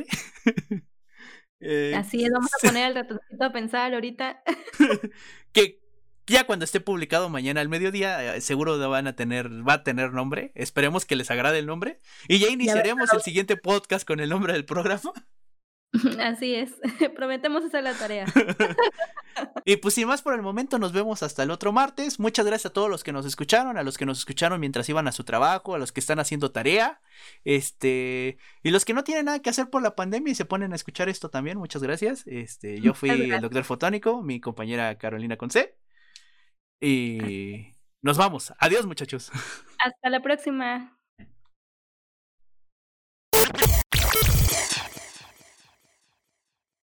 Así es, vamos a poner al ratoncito a pensar ahorita. Que ya cuando esté publicado mañana al mediodía, seguro va a tener nombre. Esperemos que les agrade el nombre. Y ya iniciaremos el siguiente podcast con el nombre del programa. Así es, prometemos hacer la tarea. Y pues sin más por el momento, nos vemos hasta el otro martes. Muchas gracias a todos los que nos escucharon, a los que nos escucharon mientras iban a su trabajo, a los que están haciendo tarea, y los que no tienen nada que hacer por la pandemia y se ponen a escuchar esto también, muchas gracias. Yo fui el doctor fotónico, mi compañera Carolina Conce, y nos vamos. Adiós, muchachos. Hasta la próxima.